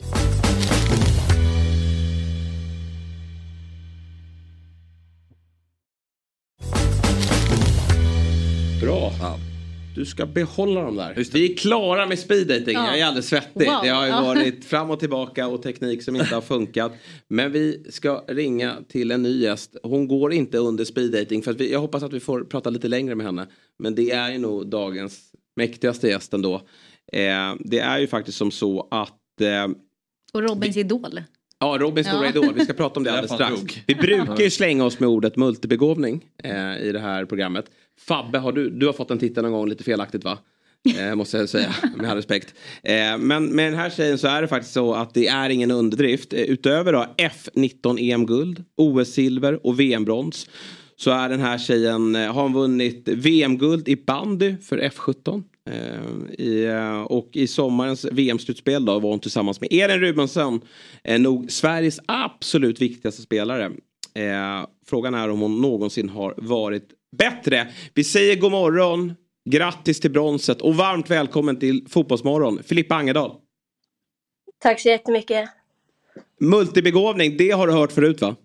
Bra. Ja. Du ska behålla dem där. Vi är klara med speed dating. Jag är alldeles svettig. Wow. Det har ju varit fram och tillbaka och teknik som inte har funkat. Men vi ska ringa till en ny gäst. Hon går inte under speed dating. För att jag hoppas att vi får prata lite längre med henne. Men det är ju nog dagens mäktigaste gäst ändå. Det är ju faktiskt som så att... och Robins idol. Ja, Robins stora idol. Vi ska prata om det alldeles strax. Vi brukar ju slänga oss med ordet multibegåvning i det här programmet. Fabbe, du har fått en titel någon gång lite felaktigt, va? Måste jag säga, med all respekt. Men med den här tjejen så är det faktiskt så att det är ingen underdrift. Utöver då F19 EM-guld, OS-silver och VM-brons, så är den här tjejen, har hon vunnit VM-guld i bandy för F17. Och i sommarens VM-slutspel då var hon tillsammans med Elin Rubensson nog Sveriges absolut viktigaste spelare. Frågan är om hon någonsin har varit bättre. Vi säger god morgon, grattis till bronset och varmt välkommen till Fotbollsmorgon, Filippa Angedal. Tack så jättemycket. Multibegåvning, det har du hört förut, va?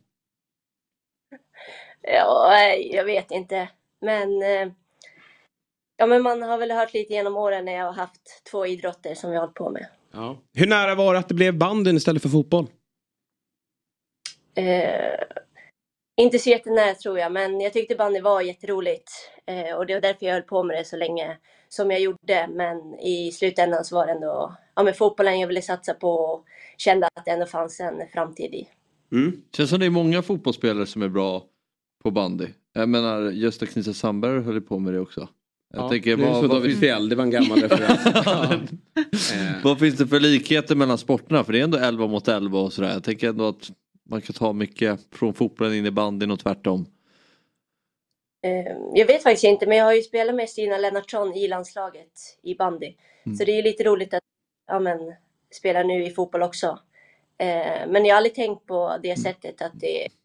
Ja, jag vet inte. Men man har väl hört lite genom åren när jag har haft 2 idrotter som vi har hållit på med. Ja. Hur nära var det att det blev bandyn istället för fotboll? Inte så jättenära tror jag, men jag tyckte bandy var jätteroligt. Och det var därför jag höll på med det så länge som jag gjorde. Men i slutändan så var det ändå med fotbollen jag ville satsa på och kände att det ändå fanns en framtid i. Känns som det är många fotbollsspelare som är bra på bandy. Jag menar, Gösta Knisa Sandberg höll på med det också. Jag tänker, David Fjäll, det var en gammal referens. Vad finns det för likheter mellan sporterna? För det är ändå 11 mot 11 och sådär. Jag tänker ändå att man kan ta mycket från fotbollen in i bandyn och tvärtom. Jag vet faktiskt inte, men jag har ju spelat med Stina Lennartsson i landslaget i bandy. Så det är ju lite roligt att spela nu i fotboll också. Men jag har aldrig tänkt på det sättet att det är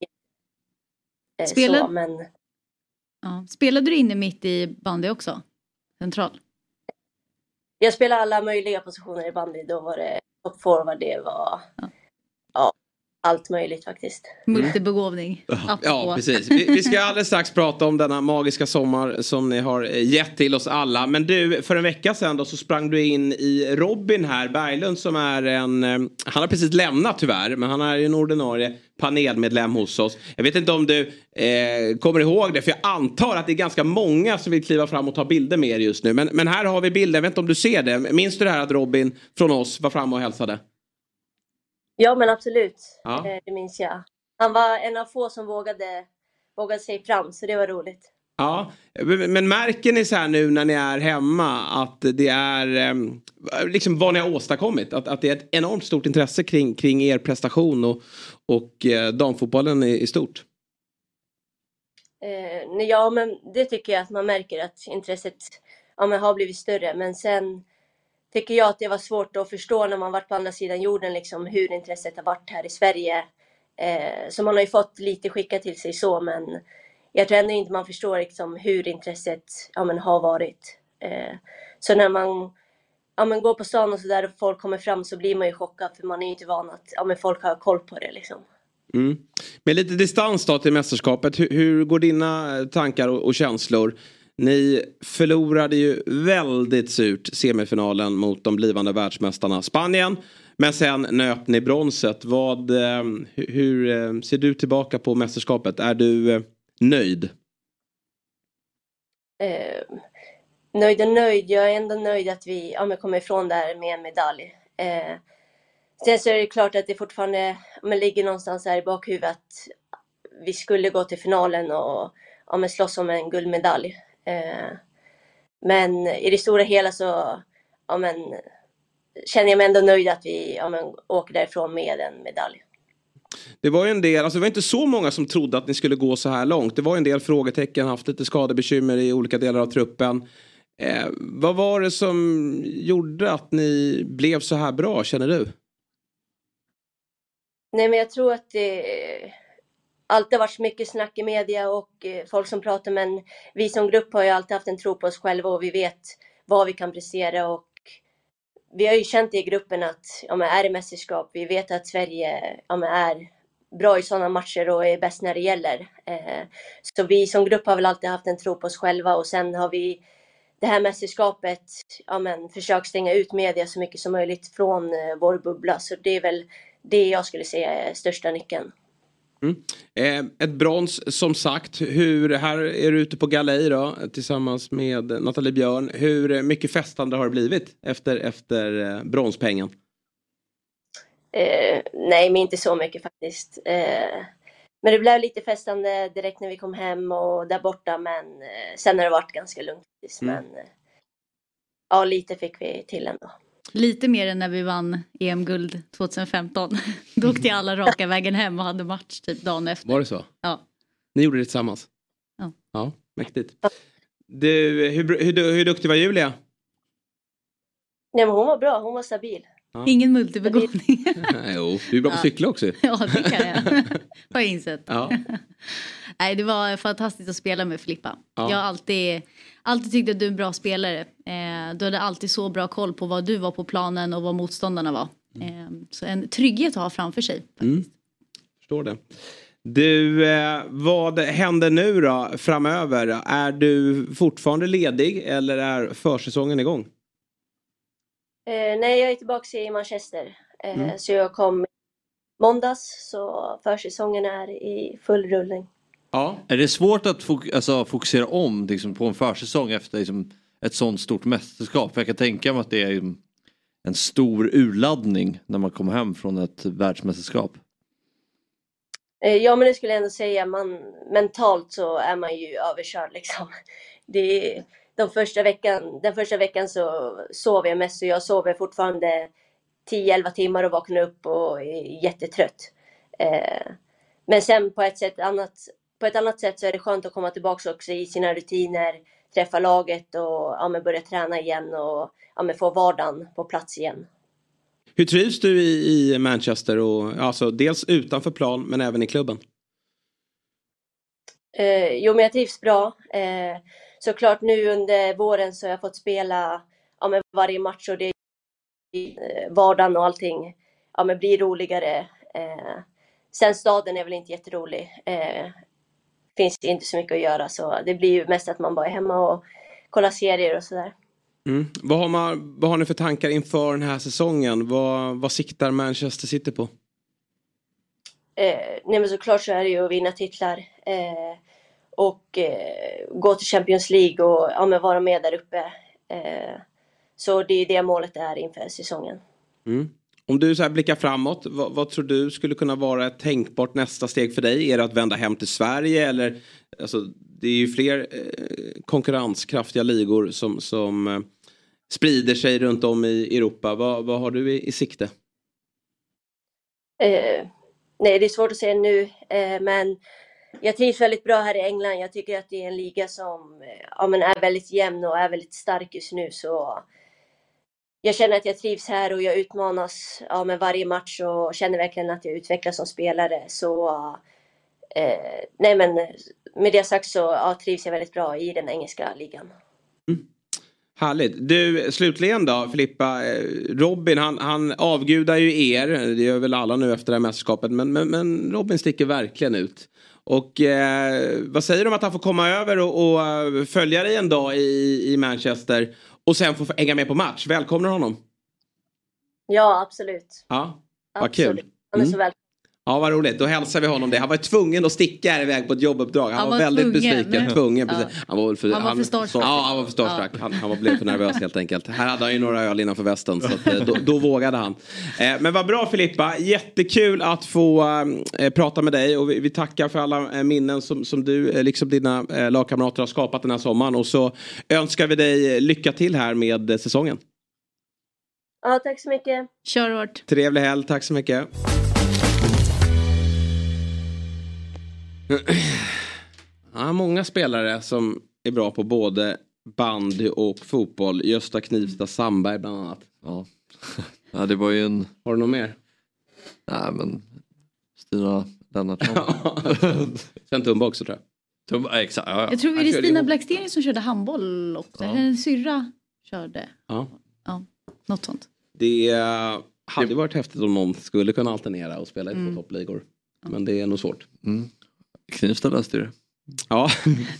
så. Men... Ja. Spelade du inne mitt i bandy också? Central? Jag spelade alla möjliga positioner i bandy. Då var det top forward, det var allt möjligt faktiskt. Multibegåvning. Ja, precis. Vi ska alldeles strax prata om denna magiska sommar som ni har gett till oss alla. Men du, för en vecka sedan då så sprang du in i Robin här, Berglund, som är han har precis lämnat tyvärr, men han är ju en ordinarie panelmedlem hos oss. Jag vet inte om du kommer ihåg det, för jag antar att det är ganska många som vill kliva fram och ta bilder med er just nu. Men här har vi bilder, jag vet inte om du ser det. Minns du det här att Robin från oss var fram och hälsade? Ja, men absolut. Ja. Det minns jag. Han var en av få som vågade sig fram, så det var roligt. Ja, men märker ni så här nu när ni är hemma att det är liksom vad ni har åstadkommit? Att det är ett enormt stort intresse kring er prestation och damfotbollen i stort? Ja, men det tycker jag att man märker att intresset har blivit större. Men sen tycker jag att det var svårt att förstå när man varit på andra sidan jorden liksom, hur intresset har varit här i Sverige. Så man har ju fått lite skicka till sig så, men jag tror ändå inte man förstår liksom, hur intresset har varit. Så när man går på stan och så där och folk kommer fram så blir man ju chockad, för man är ju inte van att folk har koll på det liksom. Med lite distans då till mästerskapet, hur går dina tankar och känslor? Ni förlorade ju väldigt surt semifinalen mot de blivande världsmästarna Spanien. Men sen nöp ni bronset. Hur ser du tillbaka på mästerskapet? Är du nöjd? Nöjd och nöjd. Jag är ändå nöjd att vi kommer ifrån där med en medalj. Sen så är det klart att det fortfarande ligger någonstans här i bakhuvudet att vi skulle gå till finalen och slåss om en guldmedalj. Men i det stora hela så känner jag mig ändå nöjd att vi åker därifrån med en medalj. Det var ju en del, det var inte så många som trodde att ni skulle gå så här långt. Det var en del frågetecken, haft lite skadebekymmer i olika delar av truppen. Vad var det som gjorde att ni blev så här bra, känner du? Nej, men jag tror att det alltid har varit så mycket snack i media och folk som pratar, men vi som grupp har ju alltid haft en tro på oss själva och vi vet vad vi kan prestera, och vi har ju känt i gruppen att är det mästerskap, vi vet att Sverige är bra i sådana matcher och är bäst när det gäller. Så vi som grupp har väl alltid haft en tro på oss själva, och sen har vi det här mästerskapet försökt stänga ut media så mycket som möjligt från vår bubbla, så det är väl det jag skulle säga är största nyckeln. Ett brons som sagt. Här är du ute på galej då, tillsammans med Nathalie Björn. Hur mycket festande har det blivit efter bronspengen? Nej, men inte så mycket faktiskt. Men det blev lite festande direkt när vi kom hem och där borta, men sen har det varit ganska lugnt. Men ja, lite fick vi till ändå. Lite mer än när vi vann EM-guld 2015. Då åkte alla raka vägen hem och hade match typ dagen efter. Var det så? Ja. Ni gjorde det tillsammans? Ja. Ja, mäktigt. Du, hur duktig var Julia? Nej, men hon var bra, hon var stabil. Ja. Ingen multibegåvning. Jo, du är bra på cykla också. Ja, det kan jag. Har jag insett. Ja. Nej, det var fantastiskt att spela med Filippa. Ja. Jag har alltid tyckt att du är en bra spelare. Du hade alltid så bra koll på vad du var på planen och vad motståndarna var. Så en trygghet att ha framför sig. Förstår det. Du, vad händer nu då framöver? Är du fortfarande ledig eller är försäsongen igång? Nej, jag är tillbaka i Manchester. Så jag kom måndags, så försäsongen är i full rullning. Ja. Är det svårt att fokusera om liksom, på en försäsong efter liksom, ett sånt stort mästerskap? För jag kan tänka mig att det är en stor urladdning när man kommer hem från ett världsmästerskap. Ja, men det skulle jag ändå säga. Mentalt så är man ju överkörd liksom. Den första veckan så sov jag mest, så jag sover fortfarande 10-11 timmar och vaknar upp och är jättetrött. Men sen på ett sätt annat på ett annat sätt så är det skönt att komma tillbaka också i sina rutiner, träffa laget och börja träna igen och få vardagen på plats igen. Hur trivs du i Manchester och alltså dels utanför plan men även i klubben? Jo, men jag trivs bra. Såklart nu under våren så har jag fått spela varje match och det vardagen och allting blir roligare. Sen staden är väl inte jätterolig. Finns inte så mycket att göra så det blir ju mest att man bara är hemma och kollar serier och sådär. Vad har ni för tankar inför den här säsongen? Vad siktar Manchester City på? Nej, men såklart så är det ju att vinna titlar och gå till Champions League och vara med där uppe. Så det är det målet är inför säsongen. Om du så här blickar framåt, vad tror du skulle kunna vara ett tänkbart nästa steg för dig? Är det att vända hem till Sverige eller alltså, det är ju fler konkurrenskraftiga ligor som sprider sig runt om i Europa. Vad har du i sikte? Nej, det är svårt att säga nu, men jag trivs väldigt bra här i England. Jag tycker att det är en liga som är väldigt jämn och är väldigt stark just nu. Så jag känner att jag trivs här och jag utmanas med varje match och känner verkligen att jag utvecklas som spelare. Så nej, men med det sagt så trivs jag väldigt bra i den engelska ligan. Härligt. Du, slutligen då, Filippa. Robin, han avgudar ju er. Det gör väl alla nu efter det här mästerskapet. Men Robin sticker verkligen ut. Och vad säger du om att han får komma över och följa dig en dag i Manchester och sen få hänga med på match? Välkomnar honom? Ja, absolut. Ja, vad absolut. kul. Han är så välkommen. Ja, vad roligt. Då hälsar vi honom det. Han var tvungen att sticka här iväg på ett jobbuppdrag. Han var väldigt besviken. Tvungen. Ja. Han var för starstruck. Ja, han var för starstruck. Han blev för nervös helt enkelt. Här hade han ju några öl innanför västen. Så att, då vågade han. Men vad bra Filippa. Jättekul att få prata med dig. Och vi tackar för alla minnen som du, liksom dina lagkamrater har skapat den här sommaren. Och så önskar vi dig lycka till här med säsongen. Ja, tack så mycket. Kör hårt. Trevlig helg. Tack så mycket. Ja, många spelare som är bra på både bandy och fotboll. Gösta Knivsta Sandberg bland annat. Ja, det var ju en... Har du något mer? Nej, men Stina Lennartsson. Sen Tumba också tror jag. Exakt. Ja. Jag tror det är Stina Blackstenius som körde handboll också. Hennes syrra körde. Ja, något sånt. Det hade varit häftigt om någon skulle kunna alternera och spela i två toppligor. Men det är nog svårt. Knivsta löste det. Ja,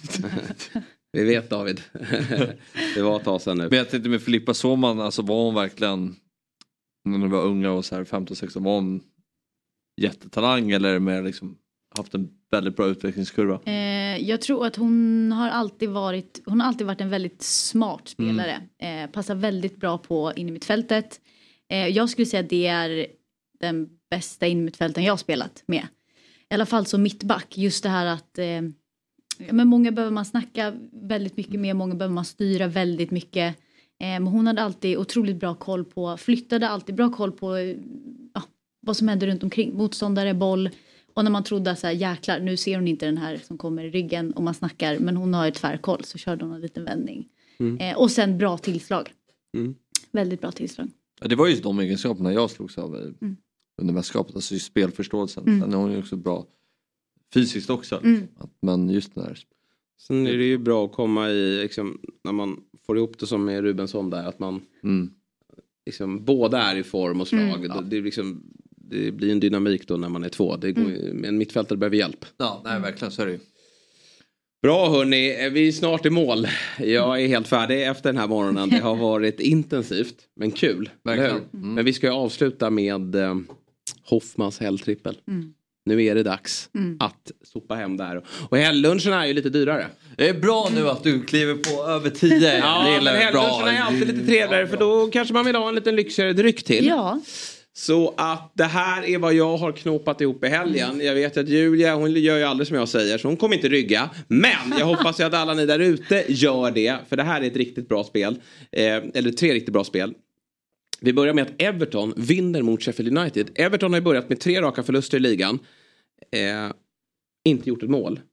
vi vet David. Det var ett tag sedan nu. Men jag tänkte med Filippa Såman, alltså var hon verkligen när hon var unga och så här 15-16, var hon jättetalang eller mer liksom haft en väldigt bra utvecklingskurva? Jag tror att hon har alltid varit en väldigt smart spelare. Passar väldigt bra på in i mittfältet. Jag skulle säga att det är den bästa in i mittfälten jag har spelat med. I alla fall som mittback. Just det här att men många behöver man snacka väldigt mycket med. Många behöver man styra väldigt mycket. Men hon hade alltid otroligt bra koll på. Flyttade alltid bra koll på vad som hände runt omkring. Motståndare, boll. Och när man trodde så här, jäklar, nu ser hon inte den här som kommer i ryggen. Och man snackar, men hon har ett tvärkoll. Så körde hon en liten vändning. Och sen bra tillslag. Väldigt bra tillslag. Ja, det var ju de egenskaperna jag slogs av under mästerskapet. Alltså just spelförståelsen. Sen är hon ju också bra fysiskt också. Men just det där. Sen är det ju bra att komma i liksom, när man får ihop det som med Rubensson där. Att man liksom, båda är i form och slag. Det blir en dynamik då när man är två. Det går, en mittfältare behöver hjälp. Ja, nej, verkligen så är det ju. Bra hörni, vi är snart i mål. Jag är helt färdig efter den här morgonen. Det har varit intensivt, men kul. Men vi ska ju avsluta med Hoffmans helgtrippel. Nu är det dags att sopa hem där. Och helglunchen är ju lite dyrare. Det är bra nu att du kliver på över 10. Ja, men helglunchen är alltid lite trevligare. För då kanske man vill ha en liten lyxigare dryck till. Ja. Så att det här är vad jag har knopat ihop i helgen. Jag vet att Julia, hon gör ju aldrig som jag säger. Så hon kommer inte rygga. Men jag hoppas att alla ni där ute gör det. För det här är ett riktigt bra spel. Eller 3 riktigt bra spel. Vi börjar med att Everton vinner mot Sheffield United. Everton har ju börjat med 3 raka förluster i ligan. Inte gjort ett mål.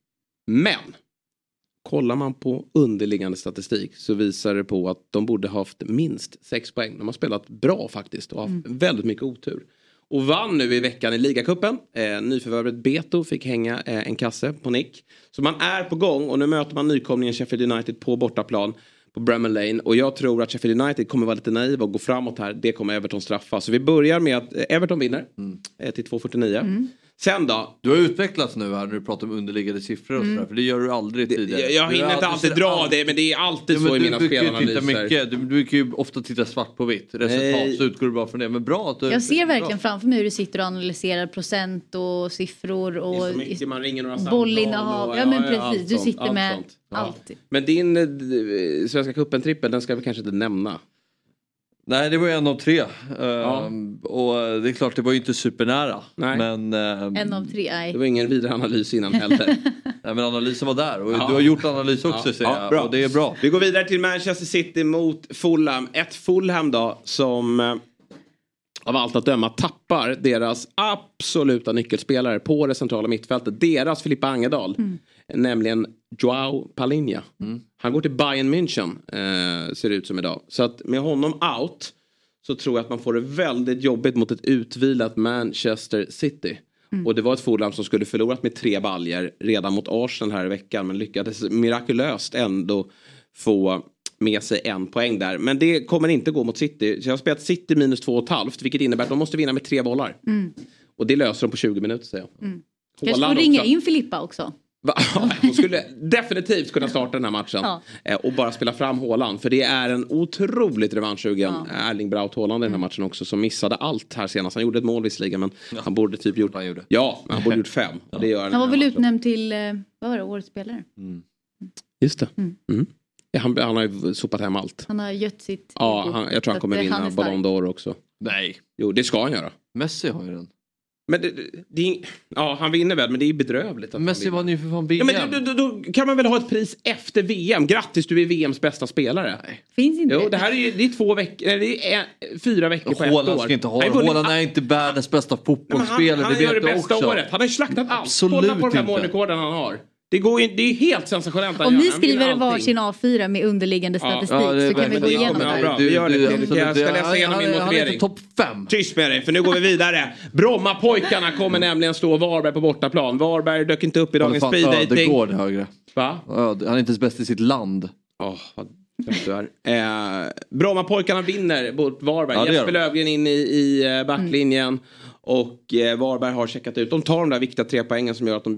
Men kollar man på underliggande statistik så visar det på att de borde ha haft minst 6 poäng. De har spelat bra faktiskt och haft väldigt mycket otur. Och vann nu i veckan i ligacupen. Nyförvärvet Beto fick hänga en kasse på nick. Så man är på gång och nu möter man nykomlingen Sheffield United på bortaplan på Bramall Lane. Och jag tror att Sheffield United kommer vara lite naiv och gå framåt här. Det kommer Everton straffa. Så vi börjar med att Everton vinner till 2,49. Sen då? Du har utvecklats nu här när du pratar om underliggande siffror och sådär. För det gör du aldrig tidigare. Jag hinner inte alltid dra det, men det är alltid så i mina spelanalyser. Du kan ju ofta titta svart på vitt. Resultat så utgår du bara från det. Men bra att du... Jag ser verkligen framför mig hur du sitter och analyserar procent och siffror och det är så mycket, man ringer några bollinnehav. Ja men precis, du sitter med allt. Men din Svenska cupen-trippel, den ska vi kanske inte nämna. Nej, det var ju 1 av 3. Och det är klart, det var ju inte supernära. Nej. Men, 1 av 3, nej. Det var ingen vidare analys innan heller. Nej, men analysen var där. Och du har gjort analys också, säger jag. Bra. Och det är bra. Vi går vidare till Manchester City mot Fulham. Ett Fulham då som av allt att döma tappar deras absoluta nyckelspelare på det centrala mittfältet. Deras Filippa Angedal. Nämligen Joao Palhinha. Han går till Bayern München ser det ut som idag. Så att med honom out så tror jag att man får det väldigt jobbigt mot ett utvilat Manchester City. Och det var ett Fulham som skulle förlorat med 3 baljer redan mot Arsenal här i veckan. Men lyckades mirakulöst ändå få med sig 1 poäng där. Men det kommer inte gå mot City. Så jag har spelat City minus 2,5. Vilket innebär att de måste vinna med 3 bollar. Och det löser de på 20 minuter, säger jag. Kanske får ringa in Filippa också. Hon skulle definitivt kunna starta den här matchen. Och bara spela fram Haaland. För det är en otroligt revanschsugen Erling Braut Haaland i den här matchen också. Som missade allt här senast. Han gjorde ett mål visserligen, men han borde typ gjort... han borde gjort 5. Det gör han var väl utnämnd till vad var det, årets spelare? Just det. Ja, han har ju sopat hem allt. Han har gött sitt... jag tror han kommer vinna Ballon d'Or också. Nej. Jo, det ska han göra. Messi har ju den. Men han vinner väl, men det är bedrövligt att Messi vann ju för fan VM. Ja, men då kan man väl ha ett pris efter VM. Grattis, du är VMs bästa spelare. Nej. Finns inte. Jo, det här är 2 veckor, det är 4 veckor på Haaland ett år. Ska inte ha Haaland är inte världens bästa fotbollsspelare. Han gör det bästa också. året. Han har ju slaktat allt. Absolut. Kolla på de här målrekorden han har. Det är helt sensationellt. Om ni skriver varsin A4 med underliggande statistik så kan vi gå igenom det. Bra, vi gör det. Jag ska läsa igenom min motivering. Topp 5. Tyst med dig, för nu går vi vidare. Brommapojkarna kommer nämligen stå Varberg på bortaplan. Varberg dök inte upp i dagens speeddating. Det går det högre. Va? Han är inte ens bäst i sitt land. Brommapojkarna vinner mot Varberg. Jesper Löfgren in i backlinjen. Och Varberg har checkat ut. De tar de där viktiga 3 poängen som gör att de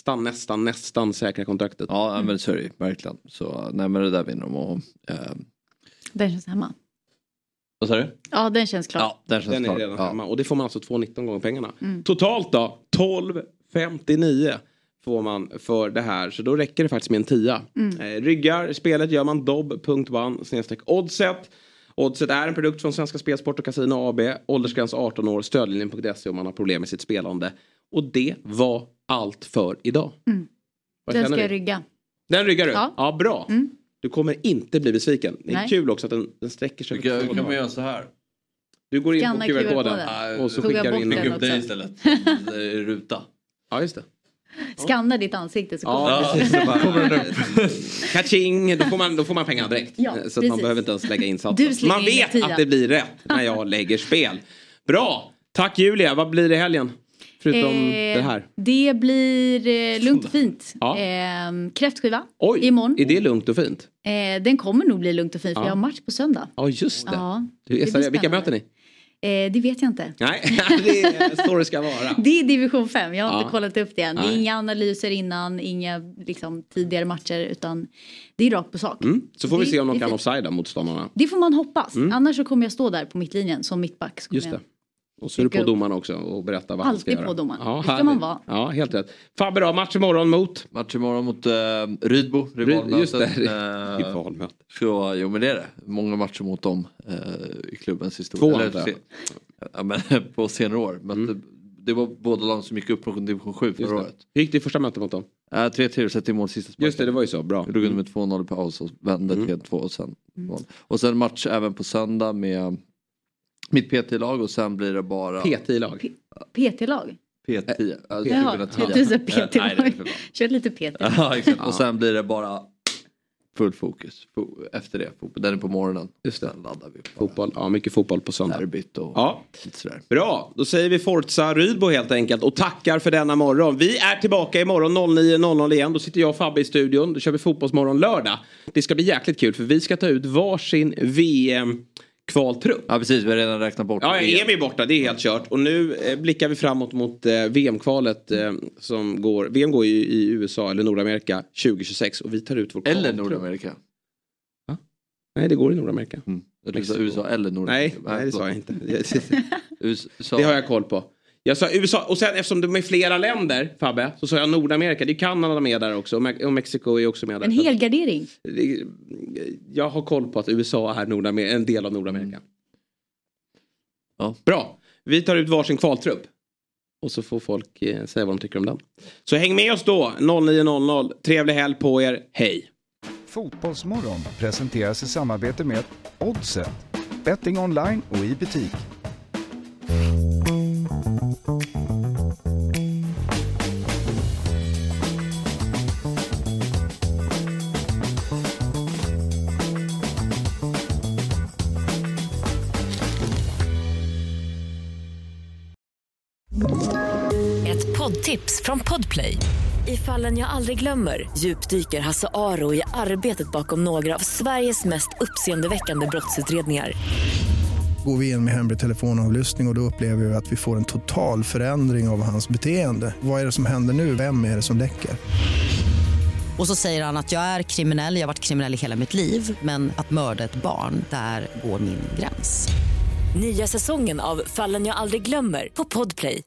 nästan säkrar kontraktet. Ja, men så är det verkligen. Så nej, men det där vinner de. Och, den känns hemma. Vad sa du? Ja, den känns klar. Ja, den är redan hemma. Och det får man alltså 2,19 gånger pengarna. Totalt då 12,59 får man för det här. Så då räcker det faktiskt med en 10. Ryggar spelet gör man dobb.1/oddset. Oddset är en produkt från Svenska Spelsport och Casino AB. Åldersgräns 18 år. Stödlinjen.se om man har problem med sitt spelande. Och det var allt för idag. Den ska jag rygga. Den ryggar du? Ja, bra. Du kommer inte bli besviken. Det är kul också att den sträcker sig. Kan man göra så här? Du går in på QR-koden. Och så skickar du in den istället. Ruta. Ja, just det. Skanna ditt ansikte så kommer den upp. Kaching, då får man pengar direkt. Så att man behöver inte ens lägga insatser. Man vet att det blir rätt när jag lägger spel. Bra, tack Julia. Vad blir det i helgen? Förutom det här. Det blir lugnt och fint. Kräftskiva imorgon. Är det lugnt och fint? Den kommer nog bli lugnt och fint för jag har match på söndag. Ja, just det. Vilka möter ni? Det vet jag inte. Nej, det är så det ska vara. Det är division 5, jag har inte kollat upp det än. Det är inga analyser innan, inga tidigare matcher, utan det är rakt på sak. Så får vi se om de kan offsida motståndarna. Det får man hoppas. Annars så kommer jag stå där på mittlinjen som mittback. Just det. Och så är du på domaren också och berätta vad han ska göra. Alltid på domaren. Ja, det ska man vara. Ja, helt rätt. Fabbe då, match imorgon mot? Match imorgon mot Rydbo. Just det, rivalmöte. Så, jo men det är det. Många matcher mot dem i klubbens historia. 2 men på senare år. Men det var båda lag som gick upp från division 7 förra året. Hur gick det i första mötet mot dem? 3-3 sett i mål sista sparken. Just det var ju så. Bra. Vi drog under med 2-0 i paus och vände 3-2 och sen mål. Och sen match även på söndag med mitt PT-lag och sen blir det bara... PT-lag? PT-lag? P10. Jaha, du sa PT. Kör lite PT. Ja, exakt. Och sen blir det bara full fokus efter det. Den är på morgonen. Just det. Sen laddar vi. Fotboll. Ja, mycket fotboll på söndag. Derbyt och ja. lite sådär. Bra, då säger vi Forza Rydbo helt enkelt. Och tackar för denna morgon. Vi är tillbaka imorgon 09.00 igen. Då sitter jag och Fabbe i studion. Då kör vi fotbollsmorgon lördag. Det ska bli jäkligt kul för vi ska ta ut varsin VM-kvaltrupp. Ja, precis. Vi har redan räknat bort. Ja, EM är borta. Det är helt kört. Och nu blickar vi framåt mot VM-kvalet som går. VM går ju i USA eller Nordamerika 2026. Och vi tar ut vår kvaltrupp. Eller Nordamerika. Nej, det går i Nordamerika. USA eller Nordamerika. Nej, det sa jag inte. USA. Det har jag koll på. Jag sa USA, och sen eftersom de är flera länder, Fabbe, så sa jag Nordamerika. Det är Kanada med där också, och Mexiko är också med där. En helgardering. Jag har koll på att USA är en del av Nordamerika. Ja. Bra, vi tar ut varsin kvaltrupp. Och så får folk säga vad de tycker om den. Så häng med oss då, 09.00. Trevlig helg på er, hej! Fotbollsmorgon presenteras i samarbete med Oddset. Betting online och i butik. Ett poddtips från Podplay. I Fallen jag aldrig glömmer djupdyker Hasse Aro i arbetet bakom några av Sveriges mest uppseendeväckande brottsutredningar. Går vi in med hemlig telefonavlyssning och då upplever vi att vi får en total förändring av hans beteende. Vad är det som händer nu? Vem är det som läcker? Och så säger han att jag är kriminell, jag har varit kriminell i hela mitt liv. Men att mörda ett barn, där går min gräns. Nya säsongen av Fallen jag aldrig glömmer på Podplay.